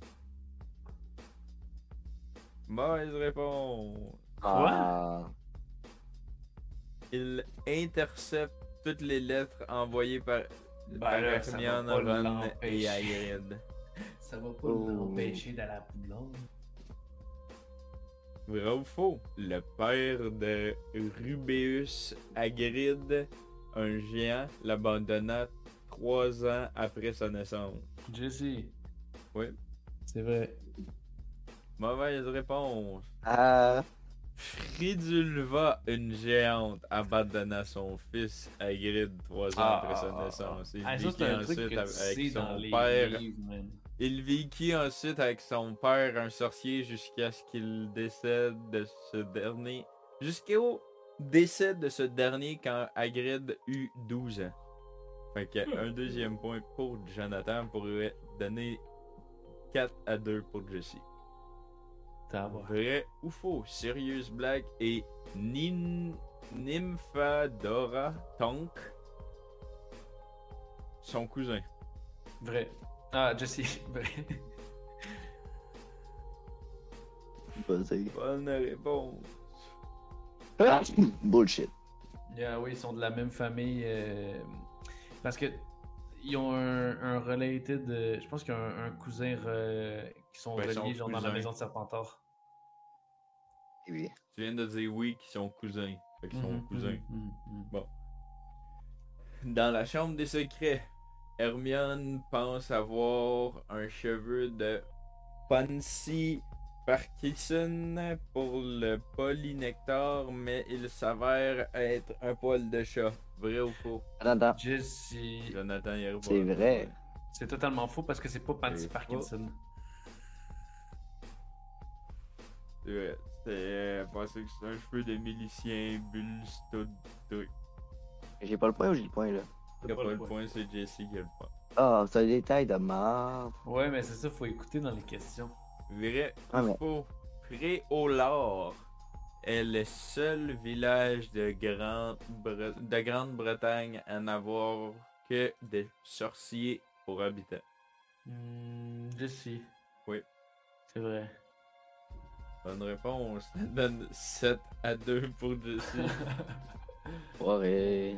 Mauvaise réponse. Quoi? Ah. Il intercepte toutes les lettres envoyées par, Ben par là, ça va Hermione, pas Ron l'empêcher. et Hagrid. Ça va pas Oh. l'empêcher d'aller à Poudlard. Vrai ou faux? Le père de Rubeus Hagrid, un géant, l'abandonna trois ans après sa naissance. Jesse. Oui. C'est vrai. Mauvaise réponse. Ah. Fridulva, une géante, abandonna son fils Hagrid trois ans Ah, après sa ah, naissance. Il Ah, ça, vécut c'est un truc ensuite que tu avec sais dans son les père. livres, man. Il vécut ensuite avec son père, un sorcier, jusqu'à ce qu'il décède de ce dernier. Jusqu'au décès de ce dernier quand Hagrid eut douze ans. Fait que un deuxième point pour Jonathan pourrait donner quatre à deux pour Jesse. Tabac. Vrai ou faux? Sirius Black et Nin... Nymphadora Tonk sont cousins. Vrai. Ah, Jesse. Vrai. Vas-y. Bonne réponse. Ah, bullshit. Yeah, oui, ils sont de la même famille. euh, Parce que ils ont un, un related. de- Je pense qu'ils ont un, un cousin re- qui sont Ouais, ils reliés sont genre dans la cousins. maison de Serpentard. Eh oui. Tu viens de dire oui qu'ils sont cousins. Fait qu'ils sont Mhm, cousins. mhm, mhm. Bon. Dans la chambre des secrets, Hermione pense avoir un cheveu de Pansy Parkinson pour le polynectar, mais il s'avère être un poil de chat. Vrai ou faux? Attends, Jesse. Jonathan Yerba. c'est vrai. C'est totalement faux parce que c'est pas Pansy C'est Parkinson. C'est vrai. C'était euh, pensé que c'était un cheveu de milicien Bulstod. J'ai pas le point ou j'ai le point, là? Il n'y a pas le point, c'est Jesse qui a le point. Ah, c'est un détail de merde. Ouais, mais c'est ça, faut écouter dans les questions. Vrai Ah, ou mais- faux? Pré-au-Lard est le seul village de, Grande Bre- de Grande-Bretagne à n'avoir que des sorciers pour habitants. Hmm, Jesse. Oui. C'est vrai. Bonne réponse. Ça donne sept à deux pour Jesse. Ouais.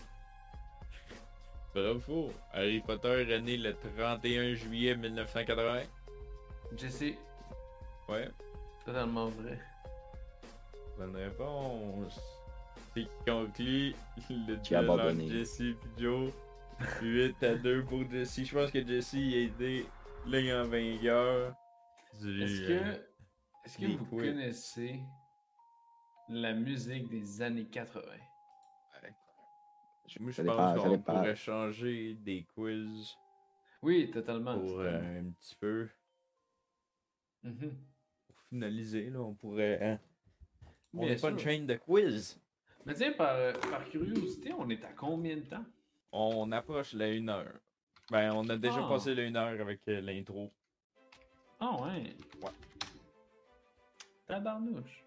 Vrai ou faux? Harry Potter est né le trente et un juillet mille neuf cent quatre-vingts. Jesse. Ouais. Totalement vrai. Bonne réponse. C'est qui conclut le Qui a duel entre abandonné. Jesse et Joe. huit à deux pour Jesse. Je pense que Jesse a été le en vainqueur. Du, Est-ce euh, que, est-ce que des vous quiz. connaissez la musique des années quatre-vingts? Moi, je Ça pense dépend, ça qu'on dépend. pourrait changer des quiz Oui, totalement. pour totalement. euh, un petit peu. Mhm. Pour finaliser, là, on pourrait. hein. On Bien n'est pas une sûr. chaîne de quiz. Mais tiens, par, euh, par curiosité, on est à combien de temps? On approche la une heure. Ben, on a déjà Ah. passé la une heure avec euh, l'intro. Ah ouais. Ouais. Tabarnouche.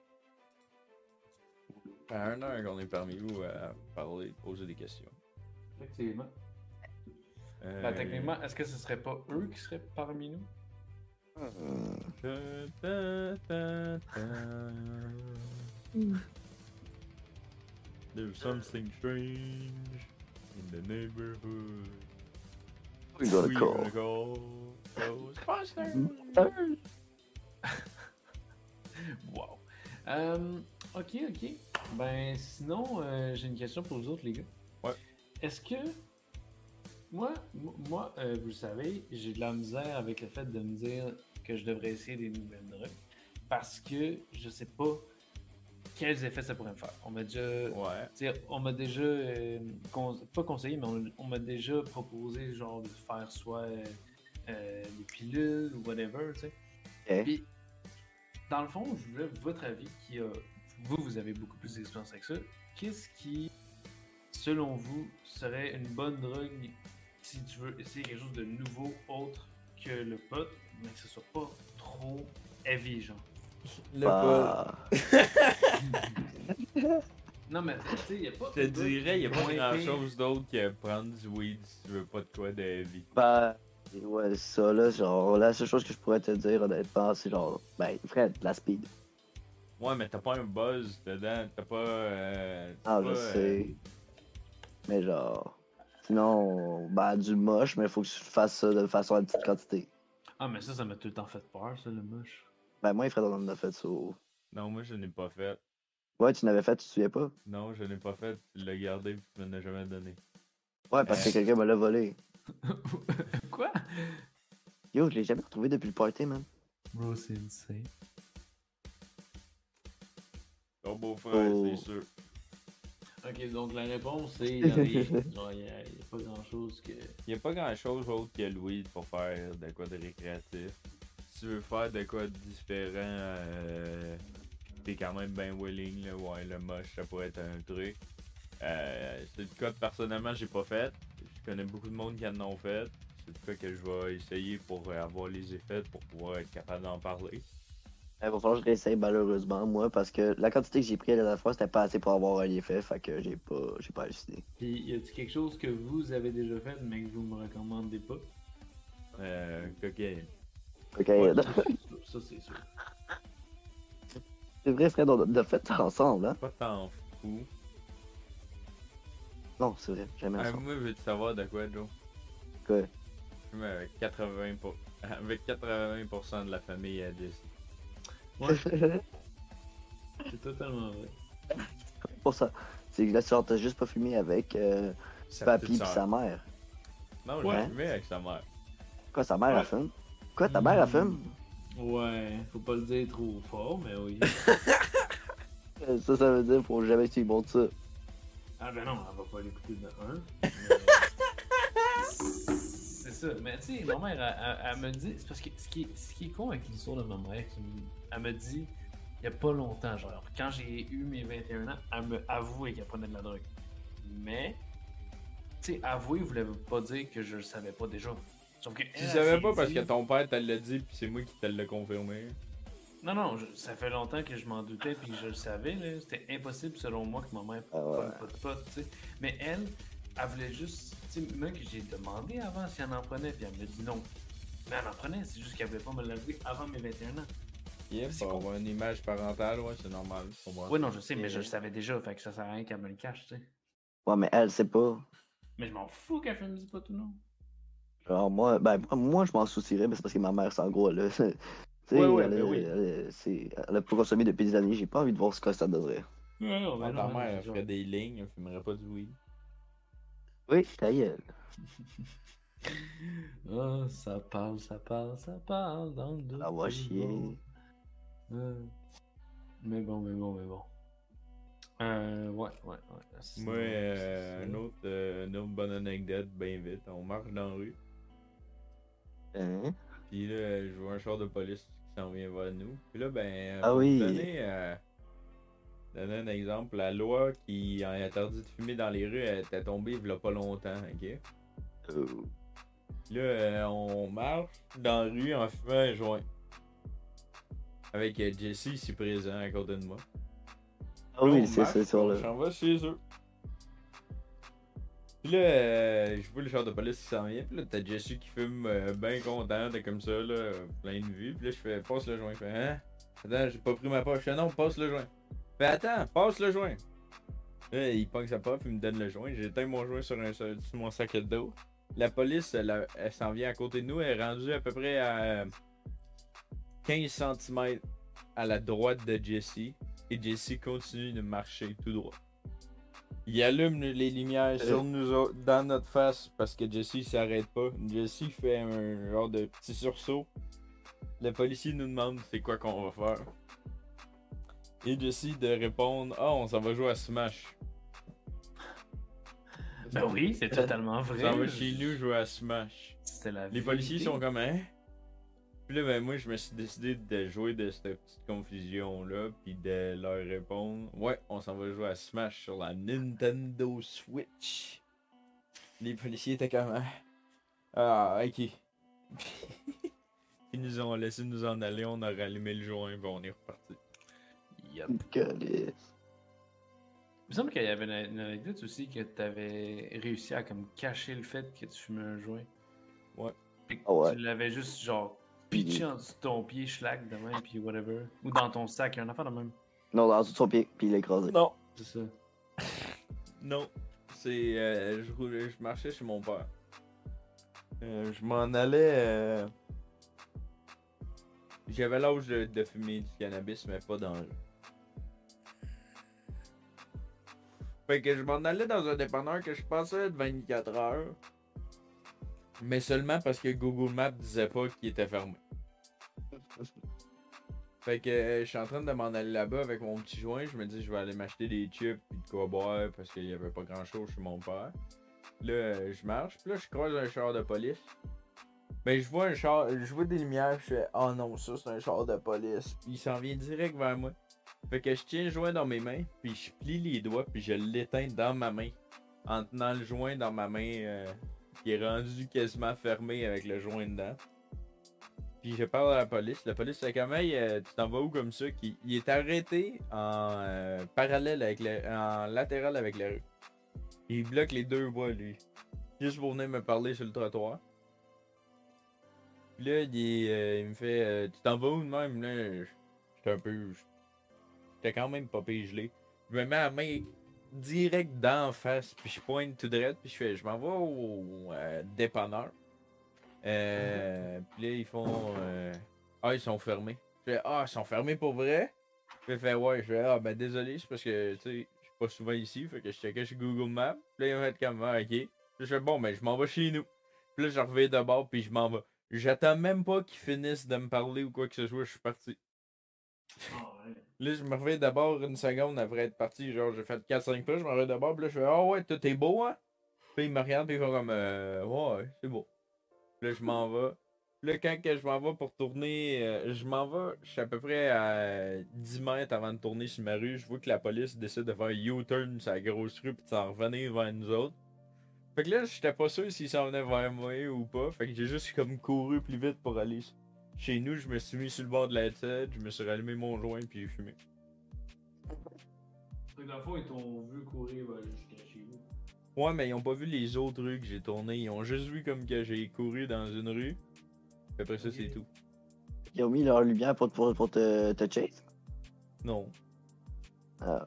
À une heure qu'on est parmi vous à parler, poser des questions. Effectivement. Euh, Ben, techniquement, est-ce que ce serait pas eux qui seraient parmi nous? Hmm. ta, ta, ta, ta. There's something strange in the neighborhood. We got a We're call. gonna call Ghostbusters. Wow. Euh, ok, ok. Ben, sinon, euh, j'ai une question pour vous autres, les gars. Ouais. Est-ce que. Moi, m- moi euh, vous le savez, j'ai de la misère avec le fait de me dire que je devrais essayer des nouvelles drogues parce que je sais pas quels effets ça pourrait me faire. On m'a déjà. Ouais. Tu sais, on m'a déjà. euh, con- pas conseillé, mais on, on m'a déjà proposé, genre, de faire soit euh, euh, des pilules ou whatever, tu sais. Ok. Puis, dans le fond, je voulais votre avis, qui a, vous, vous avez beaucoup plus d'expérience avec ça. Qu'est-ce qui, selon vous, serait une bonne drogue si tu veux essayer quelque chose de nouveau, autre que le pot, mais que ce soit pas trop heavy, genre? Le Bah, Non, mais tu sais, y a pas. Je te dirais, il n'y a pas moins grand pire. chose d'autre que prendre du weed si tu veux pas de quoi de heavy. bah, ouais, c'est ça, là, genre, la seule chose que je pourrais te dire, honnêtement, c'est genre, ben, Fred, la speed. Ouais, mais t'as pas un buzz dedans, t'as pas. Euh, t'as Ah, pas, je euh, sais. Mais genre, sinon, bah, du moche, mais faut que tu fasses ça de façon à petite quantité. Ah, mais ça, ça m'a tout le temps fait peur, ça, le moche. Ben, moi, Fred, on en a fait ça. Non, moi je n'ai pas fait. Ouais, tu n'avais fait, tu te souviens pas? Non, je n'ai pas fait. Tu l'as gardé et tu m'en as jamais donné. Ouais, parce que Euh. quelqu'un me l'a volé. Quoi? Yo, je l'ai jamais retrouvé depuis le party, man. Bro, c'est insane. Ton beau-frère, Oh. c'est sûr. Ok, donc la réponse, c'est. Il n'y a, genre, y a, y a pas grand chose que. Il n'y a pas grand chose autre que le weed pour faire de quoi de récréatif. Si tu veux faire de quoi de différent, euh, pis t'es quand même bien willing, là, ouais, le moche, ça pourrait être un truc. Euh, c'est le cas que personnellement j'ai pas fait. Je connais beaucoup de monde qui en ont fait. C'est le cas que je vais essayer pour euh, avoir les effets, pour pouvoir être capable d'en parler. Il va falloir que je réessaye, malheureusement, moi, parce que la quantité que j'ai pris la dernière fois, c'était pas assez pour avoir un effet, fait que j'ai pas, j'ai pas halluciné. Puis, y a-t-il quelque chose que vous avez déjà fait, mais que vous me recommandez pas? Euh, cocaïne. Ok, Ouais, ça, c'est sûr. Ça, c'est sûr. c'est vrai, Fred, on a fait ça ensemble, hein? Pas tant fou. Non, c'est vrai, jamais Ah, ensemble. moi, veux-tu savoir de quoi, Joe? Quoi? Je fume avec quatre-vingts pour... avec quatre-vingts pour cent de la famille à dix. Ouais, c'est totalement vrai. Pour ça. C'est que là, tu t'as juste pas fumé avec euh, Sa Papy petite pis sœur. sa mère. Non, Ouais. j'ai fumé avec sa mère. Quoi, sa mère, Ouais. elle fume? Quoi, ta mère, elle fume? Ouais, faut pas le dire trop fort, mais oui. Euh, Ça, ça veut dire faut jamais que tu lui montres ça. Ah ben non, elle va pas l'écouter de un. mais- C'est ça. Mais tu sais, ma mère, elle, elle- elle me dit. C'est parce que ce qui, est- ce qui est con avec l'histoire de ma mère, qui me- elle me dit, il y a pas longtemps, genre, quand j'ai eu mes vingt et un ans, elle me avouait qu'elle prenait de la drogue. Mais, tu sais, avouer voulait pas dire que je le savais pas déjà. Sauf que. Tu elle, elle savais s'est pas parce dit- que ton père te l'a dit pis c'est moi qui te l'ai confirmé. Non, non, je- ça fait longtemps que je m'en doutais puis que je le savais. là. C'était impossible selon moi que ma mère Ah ouais. prenne pas de pot, tu sais. Mais elle, elle voulait juste. Tu sais, même que j'ai demandé avant si elle en prenait, puis elle me dit non. Mais elle en prenait, c'est juste qu'elle voulait pas me l'avouer avant mes vingt et un ans. Yeah, C'est pour con. avoir une image parentale, ouais, c'est normal pour moi. Ouais, non, je sais, mais Et- je le savais déjà, fait que ça sert à rien qu'elle me le cache, tu sais. Ouais, mais elle, c'est pas. Mais je m'en fous qu'elle fume du pot ou non. Genre, moi, ben, moi, moi, je m'en soucierais, mais c'est parce que ma mère, c'est en gros, là. Tu sais, Ouais, ouais, elle, ben est- oui. elle, est- c'est- elle a pas consommé depuis des années, j'ai pas envie de voir ce que ça donnerait. Ouais, non, Quand ben ta non, mère c'est elle genre- ferait des lignes, elle fumerait pas du weed. Oui, ta gueule. Ah, ça parle, ça parle, ça parle dans le dos. Ah, va chier. Euh, Mais bon, mais bon, mais bon. Euh, ouais, ouais, ouais. Sinon, Moi, euh, c'est un ça. autre, euh, une autre bonne anecdote, bien vite. On marche dans la rue. Hein? Puis là, je vois un char de police qui s'en vient vers nous. Puis là, ben, Ah pour oui. vous donner, euh, donner un exemple, la loi qui a interdit de fumer dans les rues, elle était tombée il y a pas longtemps, ok? Euh, Là, euh, on marche dans la rue en fumant un joint. Avec euh, Jesse ici présent à côté de moi. Ah Là, oui, on c'est marche, ça, sur on là. s'en va chez eux. Puis là, euh, je vois le char de police qui s'en vient. Puis là, t'as Jesse qui fume euh, bien content, t'es comme ça, là, plein de vues. Puis là, je fais, passe le joint. Il fait, hein? Attends, j'ai pas pris ma poche. Je fais, non, passe le joint. Fait, attends, passe le joint. Là, il pogne sa poche, puis il me donne le joint. J'éteins mon joint sur, un, sur mon sac de dos. La police, elle, a- elle s'en vient à côté de nous. Elle est rendue à peu près à euh, quinze centimètres à la droite de Jesse. et Jesse continue de marcher tout droit. Il allume les lumières sur nous autres, dans notre face parce que Jesse il s'arrête pas. Jesse fait un genre de petit sursaut. Le policier nous demande c'est quoi qu'on va faire. Et Jesse de répondre ah on s'en va jouer à Smash. Ben oui, c'est totalement vrai. On s'en va chez nous jouer à Smash. C'était la Les vérité. policiers sont comme hein. Puis là, ben moi, je me suis décidé de jouer de cette petite confusion-là, puis de leur répondre ouais, on s'en va jouer à Smash sur la Nintendo Switch. Les policiers étaient comme hein. Ah, ok. Ils nous ont laissé nous en aller, on a rallumé le joint, puis on est reparti. Yep. Calisse. Il me semble qu'il y avait une, une anecdote aussi que tu avais réussi à comme cacher le fait que tu fumais un joint. Ouais. Puis que Ah ouais. tu l'avais juste genre pitché en dessous de ton pied, schlack de même, puis whatever. Ou dans ton sac, un affaire de même. Non, dans son pied, puis il l'a écrasé. Non. C'est ça. Non. C'est. Euh, je, roulais, je marchais chez mon père. Euh, je m'en allais. Euh... J'avais l'âge de, de fumer du cannabis, mais pas dans le. Fait que je m'en allais dans un dépanneur que je pensais être vingt-quatre heures. Mais seulement parce que Google Maps disait pas qu'il était fermé. Fait que euh, je suis en train de m'en aller là-bas avec mon petit joint. Je me dis je vais aller m'acheter des chips et de quoi boire parce qu'il y avait pas grand chose chez mon père. Là euh, je marche, puis là je croise un char de police. Ben je vois un char, je vois des lumières, je fais oh non ça c'est un char de police. Puis il s'en vient direct vers moi. Fait que je tiens le joint dans mes mains, puis je plie les doigts, puis je l'éteins dans ma main. En tenant le joint dans ma main euh, qui est rendu quasiment fermé avec le joint dedans. Puis je parle à la police. La police c'est comme hey, euh, tu t'en vas où comme ça? Qui, il est arrêté en euh, parallèle avec le, en latéral avec la rue. Il bloque les deux voies lui. Juste pour venir me parler sur le trottoir. Puis là, il, est, euh, il me fait euh, tu t'en vas où de même? Là, j'étais un peu. J'étais quand même pas pire gelé. Je me mets la main direct d'en face, puis je pointe tout droit, puis je fais je m'en vais au euh, dépanneur. Euh, puis là, ils font. Euh, ah, ils sont fermés. Je fais ah, ils sont fermés pour vrai? Je fais ouais, je fais ah, ben désolé, c'est parce que tu sais, je suis pas souvent ici, fait que je checkais sur Google Maps. Puis là, ils vont être comme ah, ok. Puis je fais bon, ben je m'en vais chez nous. Puis là, je reviens de bord, puis je m'en vais. J'attends même pas qu'ils finissent de me parler ou quoi que ce soit, je suis parti. Ah ouais. Là, je me reviens d'abord une seconde après être parti. Genre, j'ai fait quatre cinq pas, je me reviens d'abord, puis là, je fais ah ouais, tout est beau, hein? Puis ils me regardent, puis ils font comme euh, ouais, c'est beau. Puis là, je m'en vais. Puis là, quand que je m'en vais pour tourner, euh, je m'en vais, je suis à peu près à dix mètres avant de tourner sur ma rue. Je vois que la police décide de faire un U-turn sur la grosse rue, puis de s'en revenir vers nous autres. Fait que là, j'étais pas sûr s'ils s'en venaient vers moi ou pas. Fait que j'ai juste comme couru plus vite pour aller chez nous. Je me suis mis sur le bord de la tête, je me suis rallumé mon joint, puis j'ai fumé. Fait que dans le fond, ils t'ont vu courir ben, jusqu'à chez vous. Ouais, mais ils ont pas vu les autres rues que j'ai tournées. Ils ont juste vu comme que j'ai couru dans une rue. Puis après ça, Ok. c'est tout. Ils ont mis leur lumière pour, pour, pour te, te chase. Non. Ah.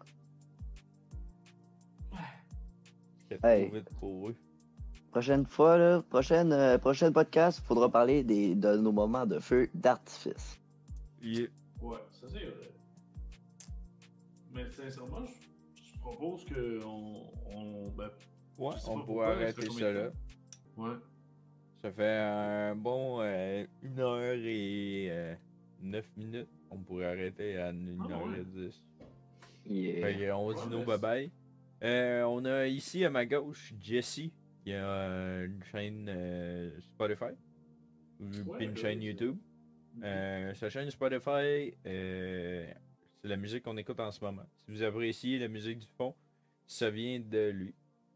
C'était Hey. trop vite pour eux. Prochaine fois, là, prochaine, euh, prochain podcast, il faudra parler des, de nos moments de feu d'artifice. Yeah. Ouais, ça c'est vrai. Mais sincèrement, je, je propose que on, on ben, Ouais, je sais on pas pourrait pourquoi, ça arrêter fait combien ça de là. temps? Ouais. Ça fait un bon euh, une heure et euh, neuf minutes. On pourrait arrêter à une Ah, heure ouais. et dix. Yeah. Fait que on dit Ouais, nos mais bye bye. Euh, on a ici à ma gauche Jesse qui a euh, une chaîne euh, Spotify. Ou Ouais, puis une ouais, chaîne c'est- YouTube. Euh, sa chaîne Spotify, euh, c'est la musique qu'on écoute en ce moment. Si vous appréciez la musique du fond, ça vient de lui.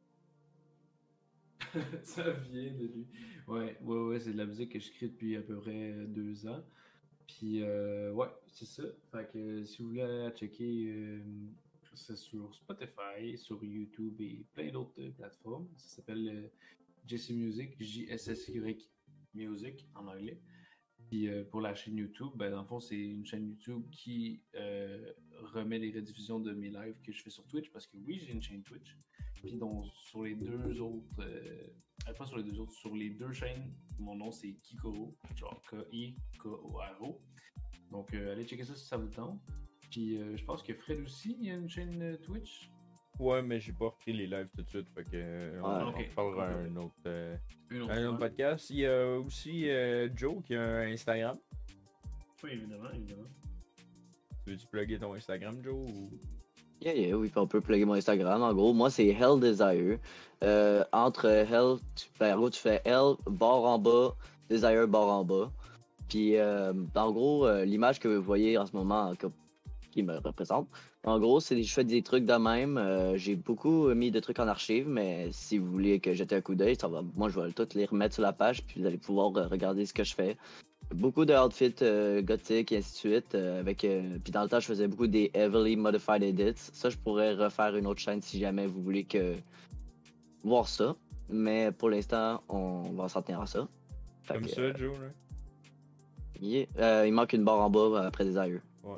Ça vient de lui. Ouais, ouais, ouais, c'est de la musique que j'écris depuis à peu près euh, deux ans. Puis, euh, ouais, c'est ça. Fait que euh, si vous voulez aller la checker, euh, c'est sur Spotify, sur YouTube et plein d'autres euh, plateformes. Ça s'appelle euh, Jesse Music, J S S Y Music en anglais. Puis euh, pour la chaîne YouTube, ben, dans le fond, c'est une chaîne YouTube qui euh, remet les rediffusions de mes lives que je fais sur Twitch, parce que oui, j'ai une chaîne Twitch. Puis donc, sur les deux autres, euh, euh, pas sur les deux autres, sur les deux chaînes, mon nom c'est Kikoro, genre K I K O R O. Donc, euh, allez checker ça si ça vous tente. Puis euh, je pense que Fred aussi, il y a une chaîne euh, Twitch. Ouais, mais j'ai pas repris les lives tout de suite, fait que euh, on, Ouais. on Ok. parlera à un autre, euh, Une autre un autre fois. podcast. Il y a aussi euh, Joe qui a un Instagram. Oui, évidemment, évidemment. Tu veux-tu plugger ton Instagram, Joe? Ou... Yeah, yeah, oui, puis on peut plugger mon Instagram. En gros, moi, c'est Hell Desire. Euh, entre Hell, tu, ben, en gros, tu fais Hell, barre en bas, Desire, barre en bas. Puis, euh, en gros, euh, l'image que vous voyez en ce moment, que- qui me représente, en gros, c'est je fais des trucs de même. Euh, j'ai beaucoup mis de trucs en archive, mais si vous voulez que jette un coup d'œil, ça va, moi, je vais tous les remettre sur la page, puis vous allez pouvoir euh, regarder ce que je fais. Beaucoup de outfits euh, gothiques et ainsi de suite. euh, avec, euh, puis dans le temps, je faisais beaucoup des heavily modified edits. Ça, je pourrais refaire une autre chaîne si jamais vous voulez que voir ça. Mais pour l'instant, on va s'en tenir à ça. Fait Comme que, ça, euh, Joe, là? yeah. Euh, il manque une barre en bas euh, après des aïeux. Ouais.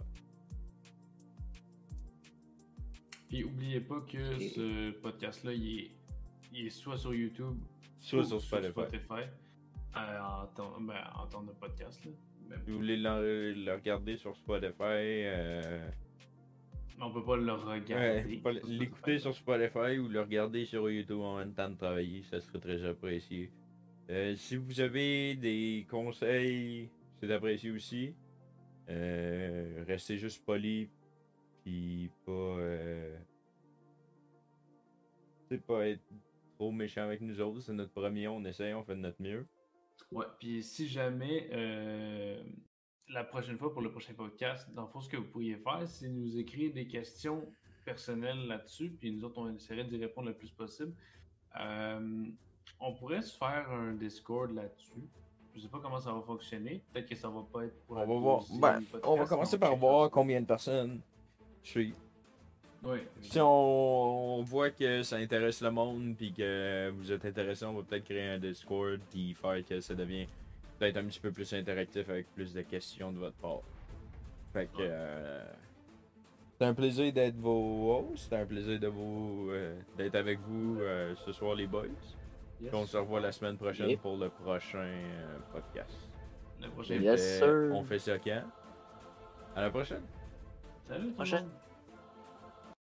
Puis oubliez pas que Et- ce podcast-là, il est, il est soit sur YouTube, Soit ou sur Spotify. euh, en, temps, ben, en temps de podcast. Là. Ben, Si vous voulez le, le regarder sur Spotify, euh... on peut pas le regarder. ouais, pas l- sur l'écouter Spotify. sur Spotify ou le regarder sur YouTube en même temps de travailler, ça serait très apprécié. Euh, si vous avez des conseils, c'est apprécié aussi. Euh, restez juste poli, puis pas, euh... c'est pas être trop méchant avec nous autres. C'est notre premier, on essaye, on fait de notre mieux. Ouais, puis si jamais euh, la prochaine fois pour le prochain podcast, dans le fond, ce que vous pourriez faire, c'est nous écrire des questions personnelles là-dessus, puis nous autres, on essaierait d'y répondre le plus possible. Euh, on pourrait se faire un Discord là-dessus. Je sais pas comment ça va fonctionner. Peut-être que ça va pas être pour On la va voir. deuxième Ben, podcast, on va commencer mais par checkera voir ça. combien de personnes suivent. Oui. Si on, on voit que ça intéresse le monde puis que vous êtes intéressé, on va peut-être créer un Discord puis faire que ça devient peut-être un petit peu plus interactif avec plus de questions de votre part. Fait que Ouais. euh, c'est un plaisir d'être vos hosts, c'est un plaisir de vous euh, d'être avec vous euh, ce soir les boys. Yes. Puis on se revoit la semaine prochaine Yep. pour le prochain euh, podcast. La prochaine. Yes, C'était sir. On fait ça quand? À la prochaine. Salut tout le Prochaine. monde.